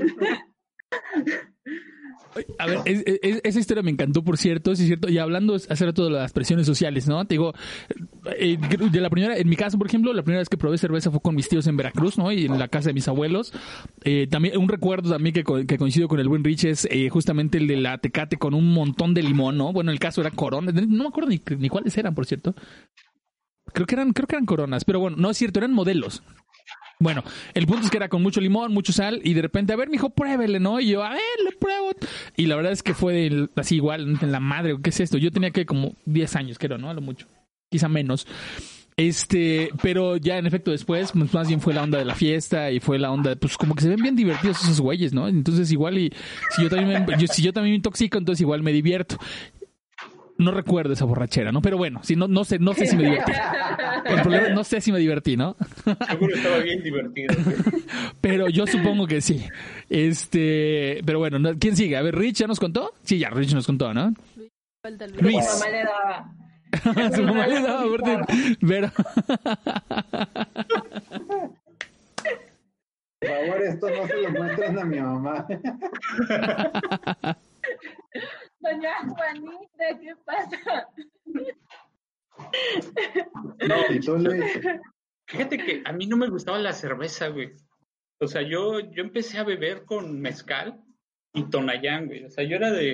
A ver, esa historia me encantó, por cierto, sí es cierto, y hablando hace rato de las presiones sociales, ¿no? Te digo, de la primera, en mi caso, por ejemplo, la primera vez que probé cerveza fue con mis tíos en Veracruz, ¿no? Y en la casa de mis abuelos. También, un recuerdo también que coincido con el buen Rich es justamente el de la Tecate con un montón de limón, ¿no? Bueno, el caso era Corona, no me acuerdo ni cuáles eran, por cierto. Creo que eran Coronas, pero bueno, no es cierto, eran modelos. Bueno, el punto es que era con mucho limón, mucho sal, y de repente, a ver, mijo, pruébele, ¿no? Y yo, a ver, le pruebo. Y la verdad es que fue así igual, en la madre, ¿qué es esto? Yo tenía que como 10 años, creo, ¿no? A lo mucho. Quizá menos. Pero ya en efecto después, pues más bien fue la onda de la fiesta y fue la onda, pues como que se ven bien divertidos esos güeyes, ¿no? Entonces igual si yo también me intoxico, entonces igual me divierto. No recuerdo esa borrachera, ¿no? Pero bueno, no sé si me divertí. El problema es no sé si me divertí, ¿no? Seguro estaba bien divertido. Pero yo supongo que sí. Pero bueno, ¿quién sigue? A ver, ¿Rich ya nos contó? Sí, ya, Rich nos contó, ¿no? Luis. Mi mamá le daba. Su mamá le daba, Pero... Por favor, esto no se lo muestren a mi mamá. Doña Juanita, ¿qué pasa? No, fíjate que a mí no me gustaba la cerveza, güey. O sea, yo empecé a beber con mezcal y Tonayán, güey. O sea, yo era de...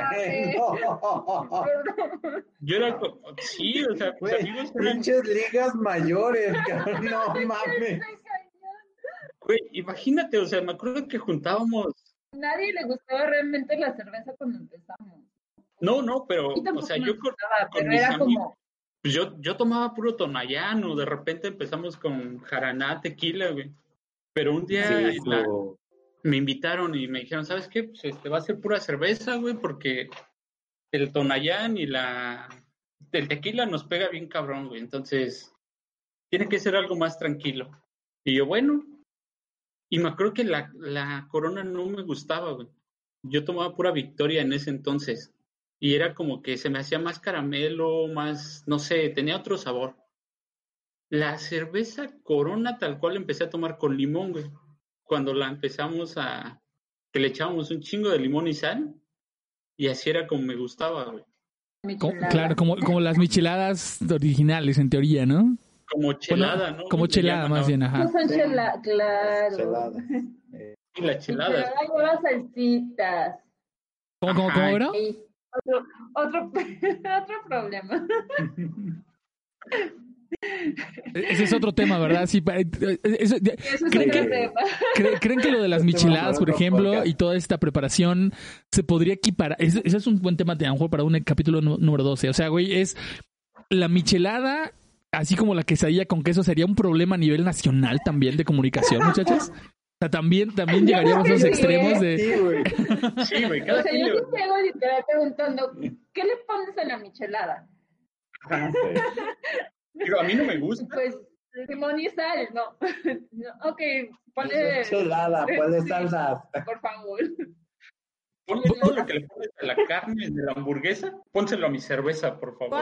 Yo era... Sí, o sea, mis amigos eran... Pinches ligas mayores, cabrón, no mames. Güey, imagínate, o sea, me acuerdo que juntábamos... Nadie le gustaba realmente la cerveza cuando empezamos. No, pero, o sea, yo con mis amigos, pues yo tomaba puro Tonayán, o de repente empezamos con Jaraná, tequila, güey. Pero un día me invitaron y me dijeron, ¿sabes qué? Pues va a ser pura cerveza, güey, porque el Tonayán y el tequila nos pega bien cabrón, güey. Entonces, tiene que ser algo más tranquilo. Y yo, bueno... Y me acuerdo que la Corona no me gustaba, güey. Yo tomaba pura Victoria en ese entonces. Y era como que se me hacía más caramelo, más, no sé, tenía otro sabor. La cerveza Corona tal cual empecé a tomar con limón, güey. Cuando la empezamos que le echábamos un chingo de limón y sal. Y así era como me gustaba, güey. Claro, como las micheladas originales, en teoría, ¿no? Como chelada, ¿no? Como chelada, más bien, ajá. No son claro. Chelada. Y la chelada. Chelada lleva salsitas. ¿Cómo era? Otro problema. Ese es otro tema, ¿verdad? Sí, ¿creen que lo de las micheladas, por ejemplo, y toda esta preparación se podría equiparar? Ese es un buen tema, a lo mejor, para un capítulo número 12. O sea, güey, es la michelada, así como la quesadilla con queso, sería un problema a nivel nacional también de comunicación, muchachos. O sea, también llegaríamos a los extremos de... Sí, güey. O sea, yo sí te hago literal preguntando, ¿qué le pones a la michelada? Digo, a mí no me gusta. Pues limón y sal, no. No, ok, ponle... Chelada, ponle salsas. Por favor. Ponle todo lo que le pones a la carne de la hamburguesa, pónselo a mi cerveza, por favor.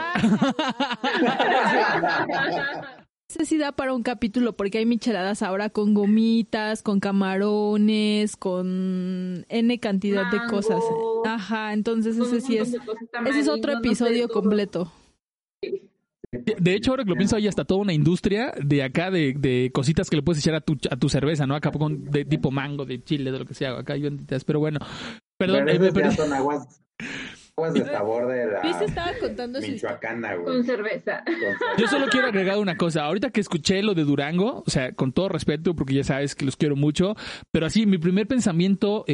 Ese sí da para un capítulo porque hay micheladas ahora con gomitas, con camarones, con N cantidad de cosas. Ajá, entonces ese sí es... Ese es otro episodio completo. De hecho, ahora que lo pienso, hay hasta toda una industria de acá de cositas que le puedes echar a tu cerveza, ¿no? Acá de tipo mango, de chile, de lo que sea. Acá hay benditas, pero bueno. Perdón. Pero son aguas de sabor de la Luis estaba contando michoacana, güey. Con cerveza. Yo solo quiero agregar una cosa. Ahorita que escuché lo de Durango, o sea, con todo respeto, porque ya sabes que los quiero mucho, pero así, mi primer pensamiento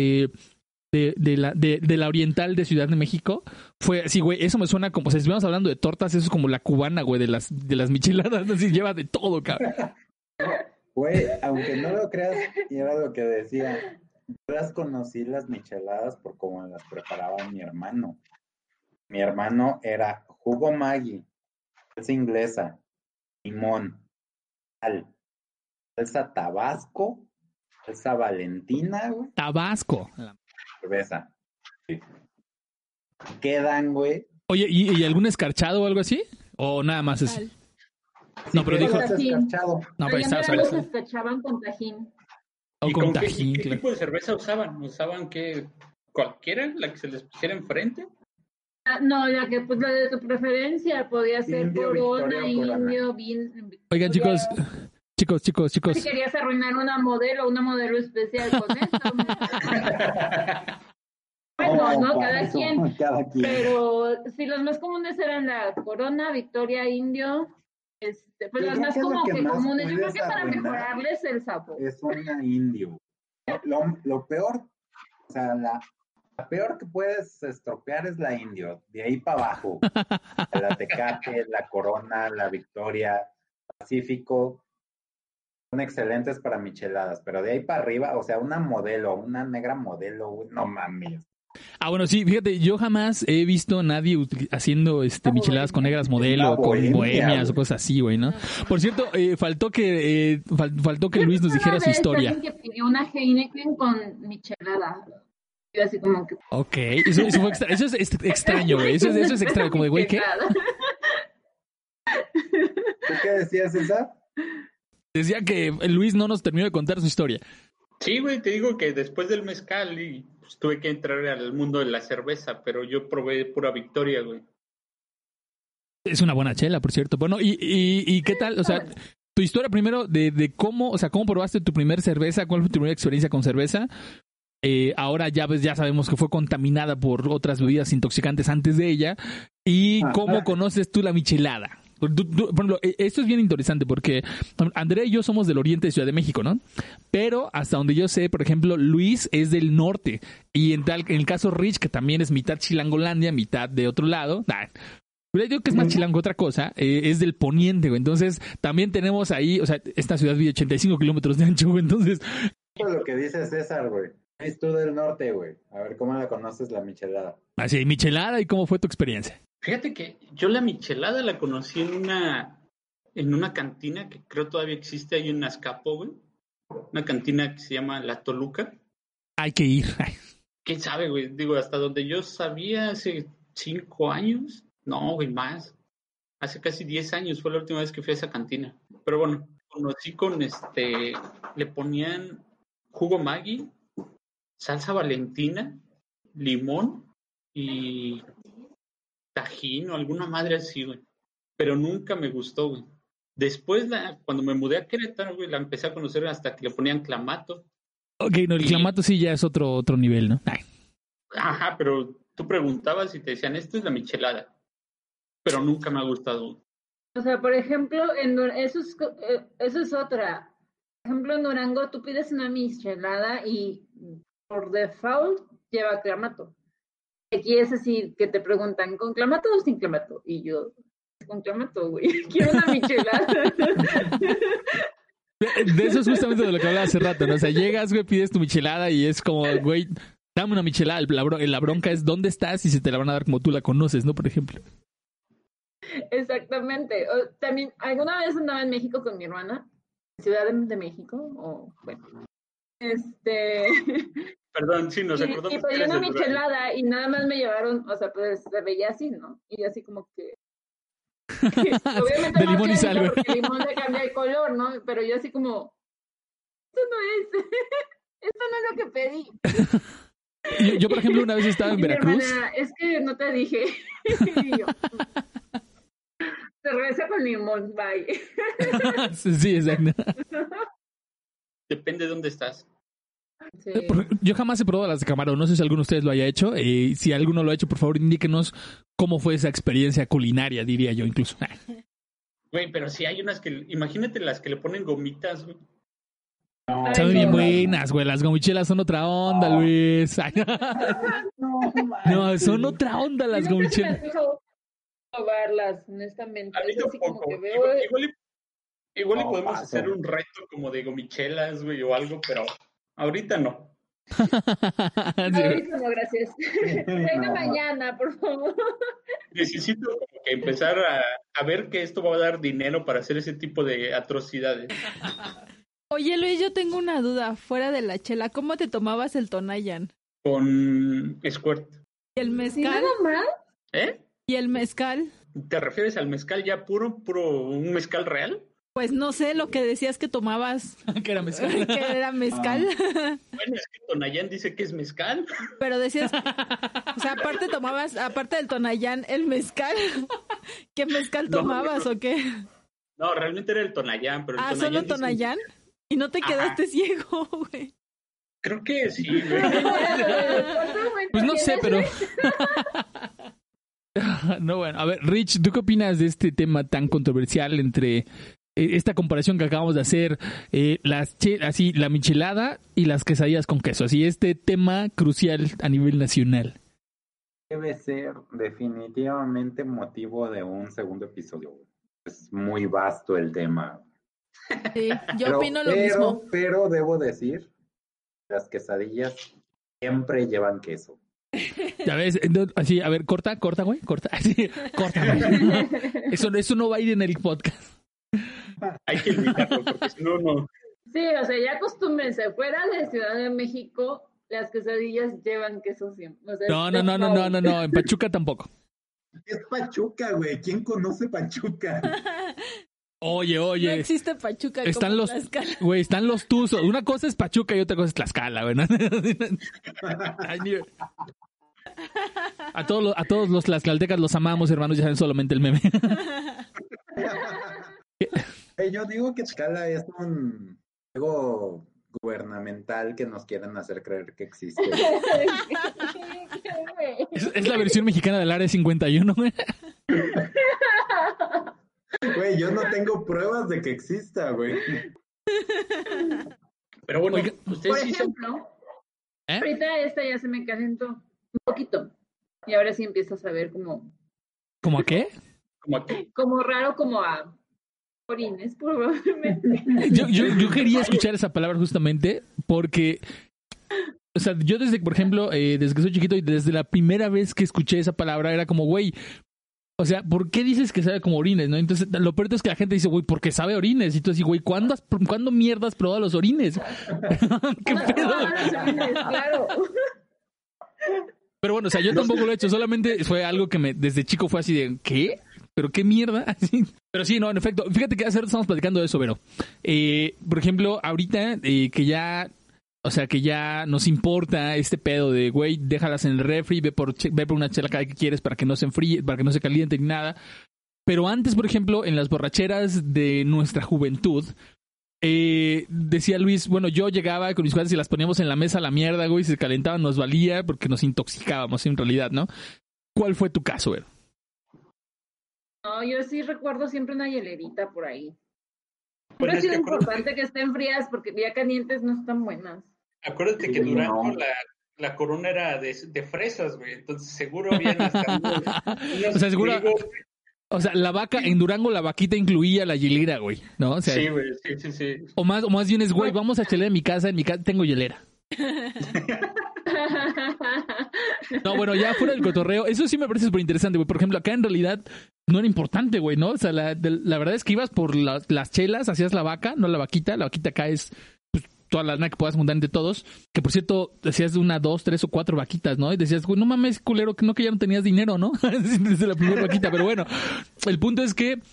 de la oriental de Ciudad de México fue así, güey, eso me suena como, o sea, si estamos hablando de tortas, eso es como la cubana, güey, de las micheladas, así lleva de todo, cabrón. Güey, aunque no lo creas, y era lo que decía, yo las conocí las micheladas por cómo las preparaba mi hermano. Mi hermano era jugo Maggi, salsa inglesa, limón, sal, salsa Tabasco, salsa Valentina, güey. Tabasco. Cerveza. Sí. Quedan, güey. Oye, ¿y algún escarchado o algo así? ¿O nada más es? No, pero dijo... No, pero está los escarchaban con tajín. O con tajín, ¿Qué tipo de cerveza usaban? ¿Usaban qué? ¿Cualquiera? ¿La que se les pusiera enfrente? No, la que pues la de tu preferencia podía ser Indio, Corona, Victoria, Indio, Oigan, chicos. Si querías arruinar una modelo especial con eso. No, cada quien. Pero si los más comunes eran la Corona, Victoria, Indio, pues las más como que comunes. Yo creo que para mejorarles el sabor. Es una Indio. Lo peor, o sea, la peor que puedes estropear es la Indio. De ahí para abajo. La Tecate, la Corona, la Victoria, Pacífico. Son excelentes para micheladas, pero de ahí para arriba, o sea, una negra modelo, no mames. Ah, bueno, sí, fíjate, yo jamás he visto a nadie haciendo micheladas con negras modelo, con bohemias o cosas así, güey, ¿no? Por cierto, faltó que Luis nos dijera su historia. Alguien que pidió una Heineken con michelada. Yo así como que... Ok, eso es extraño, güey, eso es extraño, como de, güey, ¿qué? ¿Tú qué decías, César? Decía que Luis no nos terminó de contar su historia. Sí, güey, te digo que después del mezcal y pues, tuve que entrar al mundo de la cerveza, pero yo probé pura Victoria, güey. Es una buena chela, por cierto. Bueno, ¿y qué tal? O sea, tu historia primero de cómo, o sea, cómo probaste tu primer cerveza, cuál fue tu primera experiencia con cerveza. Ahora ya sabemos que fue contaminada por otras bebidas intoxicantes antes de ella. ¿Y cómo conoces tú la michelada? Por ejemplo, esto es bien interesante porque Andrea y yo somos del oriente de Ciudad de México, ¿no? Pero hasta donde yo sé, por ejemplo, Luis es del norte. Y en el caso Rich, que también es mitad Chilangolandia, mitad de otro lado. Pero yo digo que es más chilango otra cosa, es del poniente, güey. Entonces, también tenemos ahí, o sea, esta ciudad mide 85 kilómetros de ancho, güey. Entonces... Eso es lo que dice César, güey. Es tú del norte, güey. A ver, ¿cómo la conoces la michelada? Así, michelada, ¿y cómo fue tu experiencia? Fíjate que yo la michelada la conocí en una cantina que creo todavía existe ahí en Azcapo, güey. Una cantina que se llama La Toluca. Hay que ir. ¿Quién sabe, güey? Digo, hasta donde yo sabía hace 5 años. No, güey, más. Hace casi 10 años fue la última vez que fui a esa cantina. Pero bueno, conocí con le ponían jugo Maggi, salsa Valentina, limón y tajín o alguna madre así, güey. Pero nunca me gustó, güey. Después, cuando me mudé a Querétaro, güey, la empecé a conocer hasta que le ponían clamato. Ok, no, el clamato sí ya es otro nivel, ¿no? Ay. Ajá, pero tú preguntabas y te decían, esto es la michelada. Pero nunca me ha gustado. O sea, por ejemplo, eso es otra. Por ejemplo, en Durango tú pides una michelada y por default lleva clamato. Aquí es así que te preguntan, ¿con clamato o sin clamato? Y yo, con clamato, güey. Quiero una michelada. De eso es justamente de lo que hablaba hace rato, ¿no? O sea, llegas, güey, pides tu michelada y es como, güey, dame una michelada. La bronca es dónde estás y si te la van a dar como tú la conoces, ¿no? Por ejemplo. Exactamente. También, alguna vez andaba en México con mi hermana, Ciudad de México, o bueno, Perdón, sí, nos acordamos. Y pedí una michelada y nada más me llevaron, o sea, pues se veía así, ¿no? Y así como que obviamente de no limón y sal, güey. porque el limón le cambia el color, ¿no? Pero yo así como, esto no es lo que pedí. Yo, por ejemplo, una vez estaba en Veracruz. Hermana, es que no te dije. Y yo, cerveza con limón, bye. Sí, exacto. Depende de dónde estás. Sí. Yo jamás he probado las de camarón. No sé si alguno de ustedes lo haya hecho. Si alguno lo ha hecho, por favor, indíquenos cómo fue esa experiencia culinaria, diría yo incluso. Güey, pero si hay unas que... Imagínate las que le ponen gomitas, güey. Son bien buenas, güey. Las gomichelas son otra onda, Luis. No, son otra onda las gomichelas. Probarlas, honestamente. A mí Es así como tampoco. que veo... Igual y podemos hacer un reto como de gomichelas, güey, o algo, pero ahorita no. Ahorita no, gracias. Venga mañana, por favor. Necesito como que empezar a ver que esto va a dar dinero para hacer ese tipo de atrocidades. Oye, Luis, yo tengo una duda. Fuera de la chela, ¿cómo te tomabas el Tonayan? Con Squirt. ¿Y el mezcal? ¿Nada más? ¿Eh? ¿Y el mezcal? ¿Te refieres al mezcal ya puro, un mezcal real? Pues no sé lo que decías que tomabas. Que era mezcal. Que era mezcal. Bueno, es que Tonayán dice que es mezcal. Pero decías, o sea, aparte del Tonayán, el mezcal. ¿Qué mezcal tomabas o qué? No, realmente era el Tonayán, pero el Tonayán ¿solo Tonayán? ¿Y no te quedaste ciego, güey? Creo que sí, güey. Pues no sé, pero... No, bueno, a ver, Rich, ¿tú qué opinas de este tema tan controversial entre esta comparación que acabamos de hacer, la michelada y las quesadillas con queso? Así, este tema crucial a nivel nacional. Debe ser definitivamente motivo de un segundo episodio. Es muy vasto el tema. Sí, yo opino lo mismo. Pero debo decir, las quesadillas siempre llevan queso. Ya ves, así, a ver, corta, güey, corta. Así, corta, güey. Eso no va a ir en el podcast. Hay que limitarlo, porque si no, no. Sí, o sea, ya acostúmbrense. Fuera de Ciudad de México, las quesadillas llevan queso siempre. O sea, no, en Pachuca tampoco. Es Pachuca, güey. ¿Quién conoce Pachuca? Oye. No existe Pachuca están como Tlaxcala. Güey, están los tuzos. Una cosa es Pachuca y otra cosa es Tlaxcala, güey. A todos los tlaxcaltecas los amamos, hermanos, ya saben solamente el meme. Yo digo que Tlaxcala es un juego gubernamental que nos quieren hacer creer que existe. Es la versión mexicana del Área 51, güey. Güey, yo no tengo pruebas de que exista, güey. Pero bueno, oiga, ustedes por sí ejemplo, ahorita esta ya se me calentó un poquito. Y ahora sí empiezo a saber como... ¿Cómo a qué? Como raro, como a orines, probablemente. Yo quería escuchar esa palabra justamente porque... O sea, yo por ejemplo, desde que soy chiquito y desde la primera vez que escuché esa palabra era como, güey... O sea, ¿por qué dices que sabe como orines, no? Entonces, lo peor es que la gente dice, güey, porque sabe orines. Y tú así, güey, ¿cuándo mierda has probado los orines? ¿Qué pedo? Los orines, claro. Pero bueno, o sea, yo tampoco lo he hecho. Solamente fue algo que desde chico fue así de, ¿qué? ¿Pero qué mierda? Así. Pero sí, no, en efecto. Fíjate que hace rato estamos platicando de eso, Vero. Por ejemplo, ahorita que ya... O sea, que ya nos importa este pedo de, güey, déjalas en el refri, ve por una chela cada que quieres para que no se enfríe, para que no se caliente ni nada. Pero antes, por ejemplo, en las borracheras de nuestra juventud, decía Luis, bueno, yo llegaba con mis cuates y las poníamos en la mesa a la mierda, güey, si se calentaban nos valía porque nos intoxicábamos en realidad, ¿no? ¿Cuál fue tu caso, Vero? No, yo sí recuerdo siempre una hielerita por ahí. Bueno, Pero es importante que estén frías porque ya calientes no están buenas. Acuérdate que Durango la corona era de fresas, güey. Entonces seguro habían hasta unos o sea, seguro... O sea, la vaca, en Durango la vaquita incluía la hielera, güey, ¿no? O sea, sí, güey, sí. O más bien es, güey, vamos a chelear en mi casa tengo hielera. No, bueno, ya fuera del cotorreo, eso sí me parece súper interesante, güey. Por ejemplo, acá en realidad no era importante, güey, ¿no? O sea, la verdad es que ibas por las chelas, hacías la vaca, no la vaquita. La vaquita acá es pues, toda la lana que puedas juntar entre todos. Que por cierto, decías de 1, 2, 3 o 4 vaquitas, ¿no? Y decías, güey, no mames, culero, que ya no tenías dinero, ¿no? Desde la primera vaquita, pero bueno. El punto es que,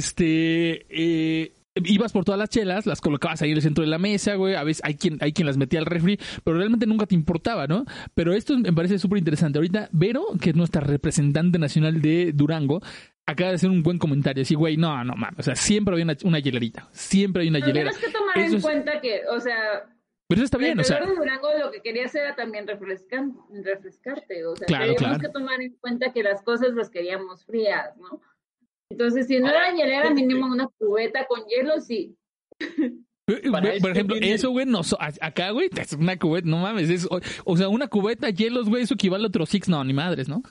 ibas por todas las chelas, las colocabas ahí en el centro de la mesa, güey. A veces hay quien las metía al refri, pero realmente nunca te importaba, ¿no? Pero esto me parece súper interesante. Ahorita, Vero, que es nuestra representante nacional de Durango, acaba de hacer un buen comentario. Así, güey, no, mames. O sea, siempre había una hielerita. Siempre hay una hielera. Tienes que tomar en cuenta que, o sea... Pero eso está bien, o sea... El de Durango lo que querías era también refrescarte. O sea, claro. que tomar en cuenta que las cosas las queríamos frías, ¿no? Entonces, si no era hielera, mínimo una cubeta con hielo, sí. Por ejemplo, eso, güey, acá, güey, es una cubeta, no mames, o sea, una cubeta, hielos, güey, eso equivale a otro Six, no, ni madres, ¿no?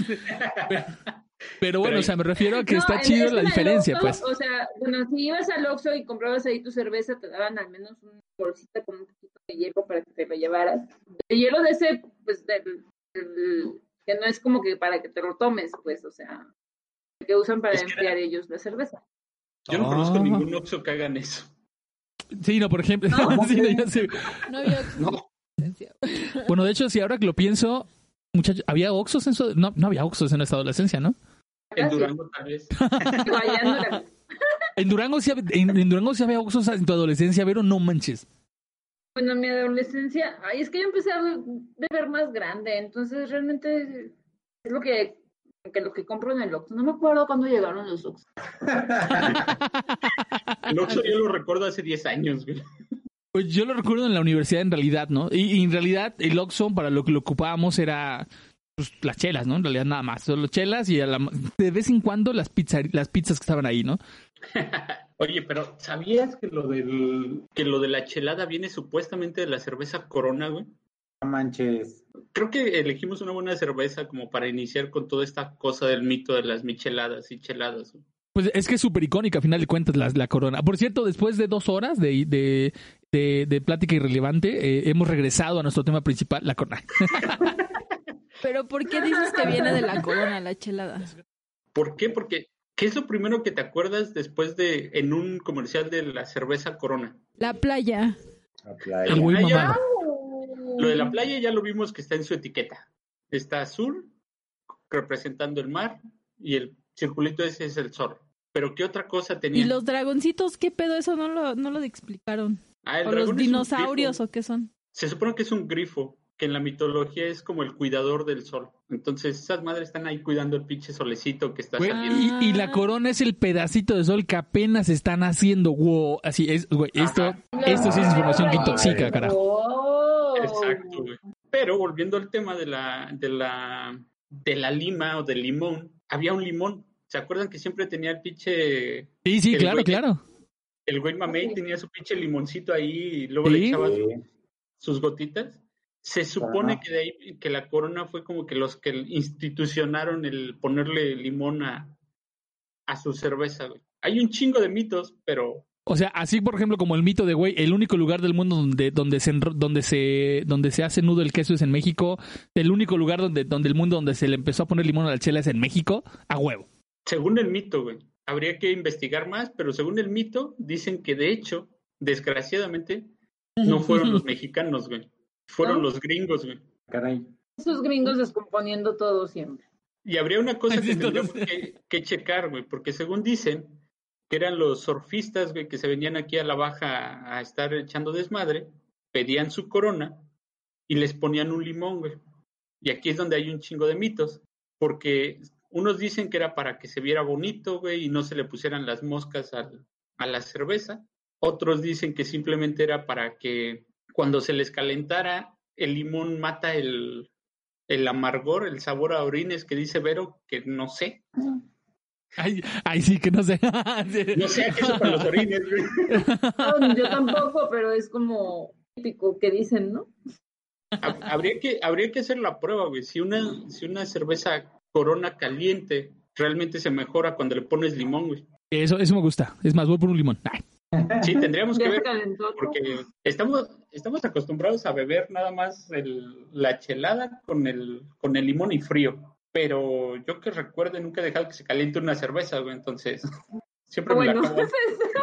pero bueno, o sea, me refiero a que está chido la diferencia, Oxxo, pues. O sea, bueno, si ibas al Oxxo y comprabas ahí tu cerveza, te daban al menos una bolsita con un poquito de hielo para que te lo llevaras. El hielo de ese, pues, que no es como que para que te lo tomes, pues, o sea... que usan para enfriar ellos la cerveza. Yo no conozco ningún Oxxo que hagan eso. Sí, no, por ejemplo. No, sí, ya sé. No había Oxxo. Bueno, de hecho, si ahora que lo pienso, muchachos, ¿había Oxxos en su... No había Oxxos en nuestra adolescencia, ¿no? En Durango, tal vez. En Durango sí había Oxxos en tu adolescencia, pero no manches. Bueno, en mi adolescencia... Ay, es que yo empecé a beber más grande, entonces realmente es lo que compro en el Oxxo. No me acuerdo cuándo llegaron los Oxxo. El Oxxo yo lo recuerdo hace 10 años, güey. Pues yo lo recuerdo en la universidad en realidad, ¿no? Y en realidad el Oxxo para lo que lo ocupábamos era pues, las chelas, ¿no? En realidad nada más, solo chelas y de vez en cuando las pizzas que estaban ahí, ¿no? Oye, pero ¿sabías que lo de la chelada viene supuestamente de la cerveza Corona, güey? No manches. Creo que elegimos una buena cerveza como para iniciar con toda esta cosa del mito de las micheladas y cheladas. Pues es que es súper icónica, a final de cuentas, la Corona. Por cierto, después de 2 horas de plática irrelevante, hemos regresado a nuestro tema principal, la Corona. ¿Pero por qué dices que viene de la Corona, la chelada? ¿Por qué? Porque, ¿qué es lo primero que te acuerdas después en un comercial de la cerveza Corona? La playa. La playa. El güey mamado. Lo de la playa ya lo vimos que está en su etiqueta. Está azul, representando el mar, y el circulito ese es el sol. Pero ¿qué otra cosa tenía? ¿Y los dragoncitos? ¿Qué pedo? Eso no lo explicaron. ¿O los dinosaurios o qué son? Se supone que es un grifo, que en la mitología es como el cuidador del sol. Entonces esas madres están ahí cuidando el pinche solecito que está saliendo. Y la corona es el pedacito de sol que apenas están haciendo. Wow, así es, güey. Esto sí es información que intoxica, carajo. Exacto, güey. Pero volviendo al tema de la lima o del limón, había un limón. ¿Se acuerdan que siempre tenía el pinche... Sí, claro. El güey mamey tenía su pinche limoncito ahí y luego le echaba sus gotitas. Se supone que de ahí, que la Corona fue como que los que institucionaron el ponerle limón a su cerveza, güey. Hay un chingo de mitos, pero... O sea, así por ejemplo como el mito de, güey, el único lugar del mundo donde se hace nudo el queso es en México. El único lugar donde se le empezó a poner limón a la chela es en México, a huevo. Según el mito, güey. Habría que investigar más, pero según el mito, dicen que de hecho, desgraciadamente, no fueron los mexicanos, güey. Fueron los gringos, güey. Caray. Esos gringos descomponiendo todo siempre. Y habría una cosa que tendríamos que checar, güey, porque según dicen que eran los surfistas, güey, que se venían aquí a la baja a estar echando desmadre, pedían su Corona y les ponían un limón, güey. Y aquí es donde hay un chingo de mitos, porque unos dicen que era para que se viera bonito, güey, y no se le pusieran las moscas a la cerveza. Otros dicen que simplemente era para que cuando se les calentara, el limón mata el amargor, el sabor a orines que dice Vero, que no sé. Ay, sí, que no sé. No sé a qué son los orines, güey. No, yo tampoco, pero es como típico que dicen, ¿no? Habría que hacer la prueba, güey. Si una cerveza Corona caliente realmente se mejora cuando le pones limón, güey. Eso me gusta. Es más, voy por un limón. Ay. Sí, tendríamos que Ya se ver, calentó. porque estamos acostumbrados a beber nada más la chelada con el limón y frío. Pero yo que recuerde, nunca he dejado que se caliente una cerveza, güey, entonces siempre me la Bueno, acabo.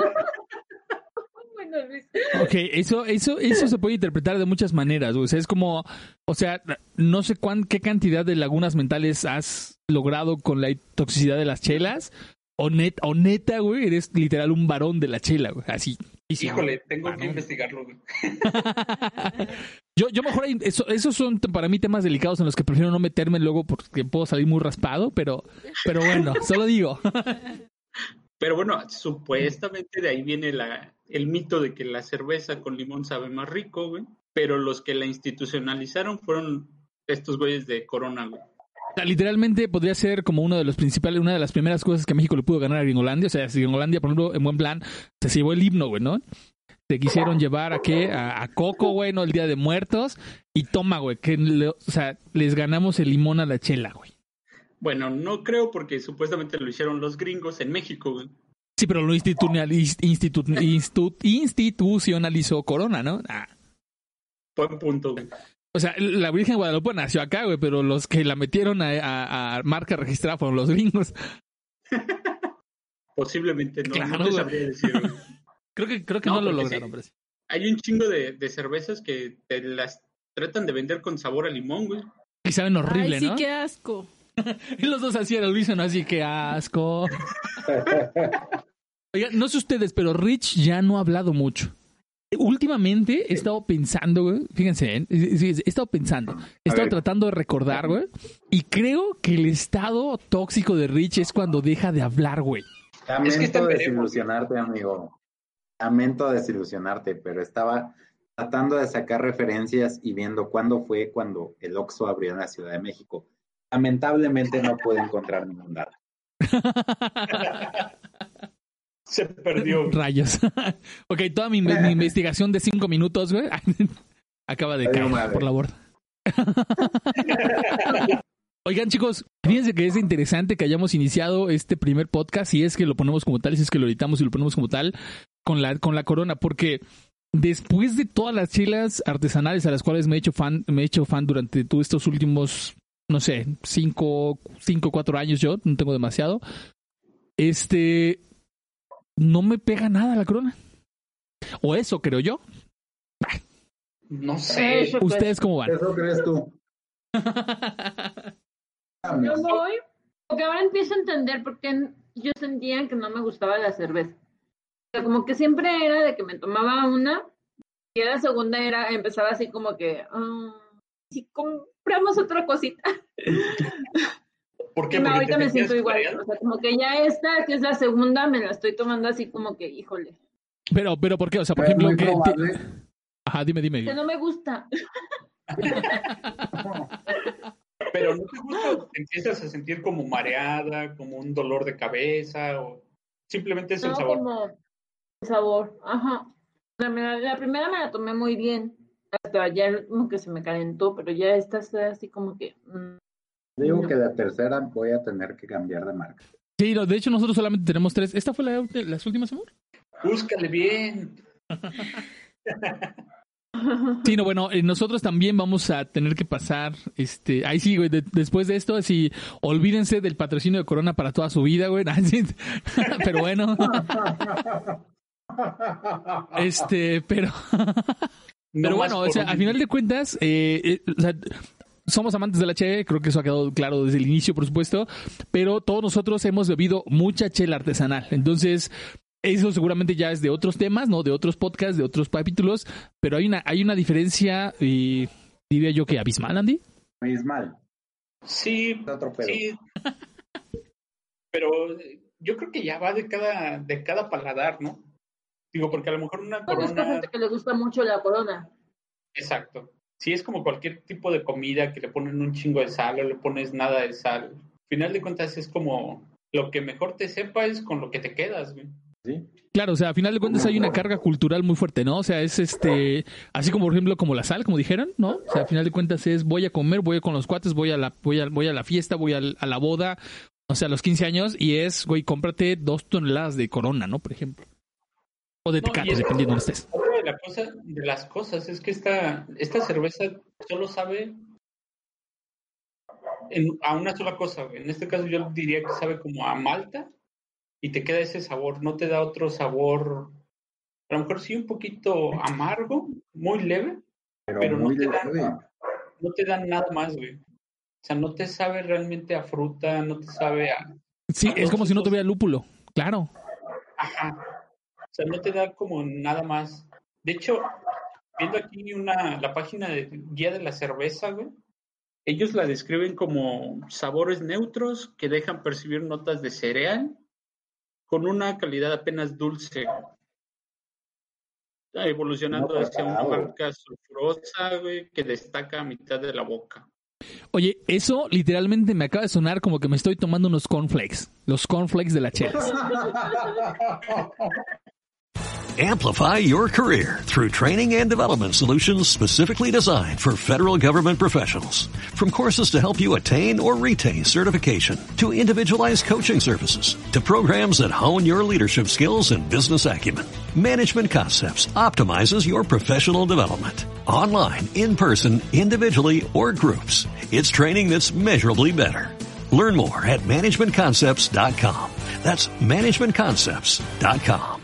bueno, Luis. Ok, eso se puede interpretar de muchas maneras, güey. O sea, es como, o sea, no sé qué cantidad de lagunas mentales has logrado con la toxicidad de las chelas, o neta, güey, eres literal un varón de la chela, güey, así. Híjole, tengo que investigarlo, güey. Yo mejor, esos son para mí temas delicados en los que prefiero no meterme luego porque puedo salir muy raspado, pero bueno, solo digo. Pero bueno, supuestamente de ahí viene el mito de que la cerveza con limón sabe más rico, güey. Pero los que la institucionalizaron fueron estos güeyes de Corona, güey. O sea, literalmente podría ser como una de las primeras cosas que México le pudo ganar a Gringolandia. O sea, si Gringolandia, por ejemplo, en buen plan, se llevó el himno, güey, ¿no? Se quisieron llevar a Coco, güey, ¿no? El Día de Muertos. Y toma, güey, o sea, les ganamos el limón a la chela, güey. Bueno, no creo porque supuestamente lo hicieron los gringos en México, güey. Sí, pero lo institucionalizó Corona, ¿no? Buen punto, güey. O sea, la Virgen de Guadalupe nació acá, güey, pero los que la metieron a marca registrada fueron los gringos. Posiblemente no, Claro, no te sabría decir, güey. Creo que no lo lograron, sí. pero sí. Hay un chingo de cervezas que te las tratan de vender con sabor a limón, güey. Y saben horrible, Ay, sí, ¿no? qué asco. Y los dos así lo dicen así, que asco. Oiga, no sé ustedes, pero Rich ya no ha hablado mucho. Últimamente he estado pensando, güey, fíjense, he estado tratando de recordar, güey, y creo que el estado tóxico de Rich es cuando deja de hablar, güey. Lamento desilusionarte, amigo. Lamento desilusionarte, pero estaba tratando de sacar referencias y viendo cuándo el Oxxo abrió en la Ciudad de México. Lamentablemente no pude encontrar ningún dato. Se perdió. Rayos. Ok, toda mi investigación de 5 minutos, güey, acaba de caer por la borda. Oigan, chicos, fíjense que es interesante que hayamos iniciado este primer podcast, si es que lo ponemos como tal, si es que lo editamos y lo ponemos como tal, con la Corona, porque después de todas las chelas artesanales a las cuales me he hecho fan durante todos estos últimos, no sé, 4 años, yo no tengo demasiado, no me pega nada la Corona. O eso creo yo. No sé. ¿Ustedes cómo van? ¿Eso crees tú? Yo voy, porque ahora empiezo a entender por qué yo sentía que no me gustaba la cerveza. O sea, como que siempre era de que me tomaba una y la segunda empezaba así como que, si compramos otra cosita. ¿Por qué? No, ahorita me siento igual. variado. O sea, como que ya esta, que es la segunda, me la estoy tomando así como que, híjole. Pero ¿por qué? O sea, por ejemplo, que... Ajá, dime. Que no me gusta. Pero ¿no te gusta? ¿Te empiezas a sentir como mareada, como un dolor de cabeza o simplemente es el sabor? Como el sabor, ajá. La primera me la tomé muy bien. Hasta ayer como que se me calentó, pero ya esta está así como que... Digo que la tercera voy a tener que cambiar de marca. Sí, de hecho nosotros solamente tenemos 3. ¿Esta fue las últimas, amor? Búscale bien. Sí, no, bueno, nosotros también vamos a tener que pasar, ahí sí, güey, después de esto, así, olvídense del patrocinio de Corona para toda su vida, güey, pero bueno, pero bueno, o sea, al final de cuentas, o sea, somos amantes de la chela, creo que eso ha quedado claro desde el inicio, por supuesto, pero todos nosotros hemos bebido mucha chela artesanal, entonces... Eso seguramente ya es de otros temas, ¿no? De otros podcasts, de otros capítulos, pero hay una diferencia, diría yo que abismal, Andy. Abismal. Sí, sí. Pero yo creo que ya va de cada paladar, ¿no? Digo, porque a lo mejor una Corona... Hay gente que le gusta mucho la Corona. Exacto. Sí, es como cualquier tipo de comida que le ponen un chingo de sal o le pones nada de sal. Al final de cuentas es como lo que mejor te sepa es con lo que te quedas, güey. ¿Sí? Claro, o sea, a final de cuentas hay una carga cultural muy fuerte, ¿no? O sea, es así como por ejemplo como la sal, como dijeron, ¿no? O sea, a final de cuentas es voy a comer, voy con los cuates, voy a la fiesta, voy a la boda, o sea, a los 15 años y es, güey, cómprate 2 toneladas de Corona, ¿no? Por ejemplo. O de Tecate, dependiendo de estés. Otra de las cosas es que esta cerveza solo sabe a una sola cosa, güey. En este caso yo diría que sabe como a malta y te queda ese sabor, no te da otro sabor, a lo mejor sí un poquito amargo, muy leve, pero no te dan nada más, güey. O sea, no te sabe realmente a fruta, no te sabe a... Sí, es como si no tuviera lúpulo, claro. Ajá. O sea, no te da como nada más. De hecho, viendo aquí la página de Guía de la Cerveza, güey, ellos la describen como sabores neutros que dejan percibir notas de cereal con una calidad apenas dulce, evolucionando hacia una marca sulfurosa, güey, que destaca a mitad de la boca. Oye, eso literalmente me acaba de sonar como que me estoy tomando unos cornflakes, los cornflakes de la Chelas. Amplify your career through training and development solutions specifically designed for federal government professionals. From courses to help you attain or retain certification, to individualized coaching services, to programs that hone your leadership skills and business acumen, Management Concepts optimizes your professional development. Online, in person, individually, or groups, it's training that's measurably better. Learn more at managementconcepts.com. That's managementconcepts.com.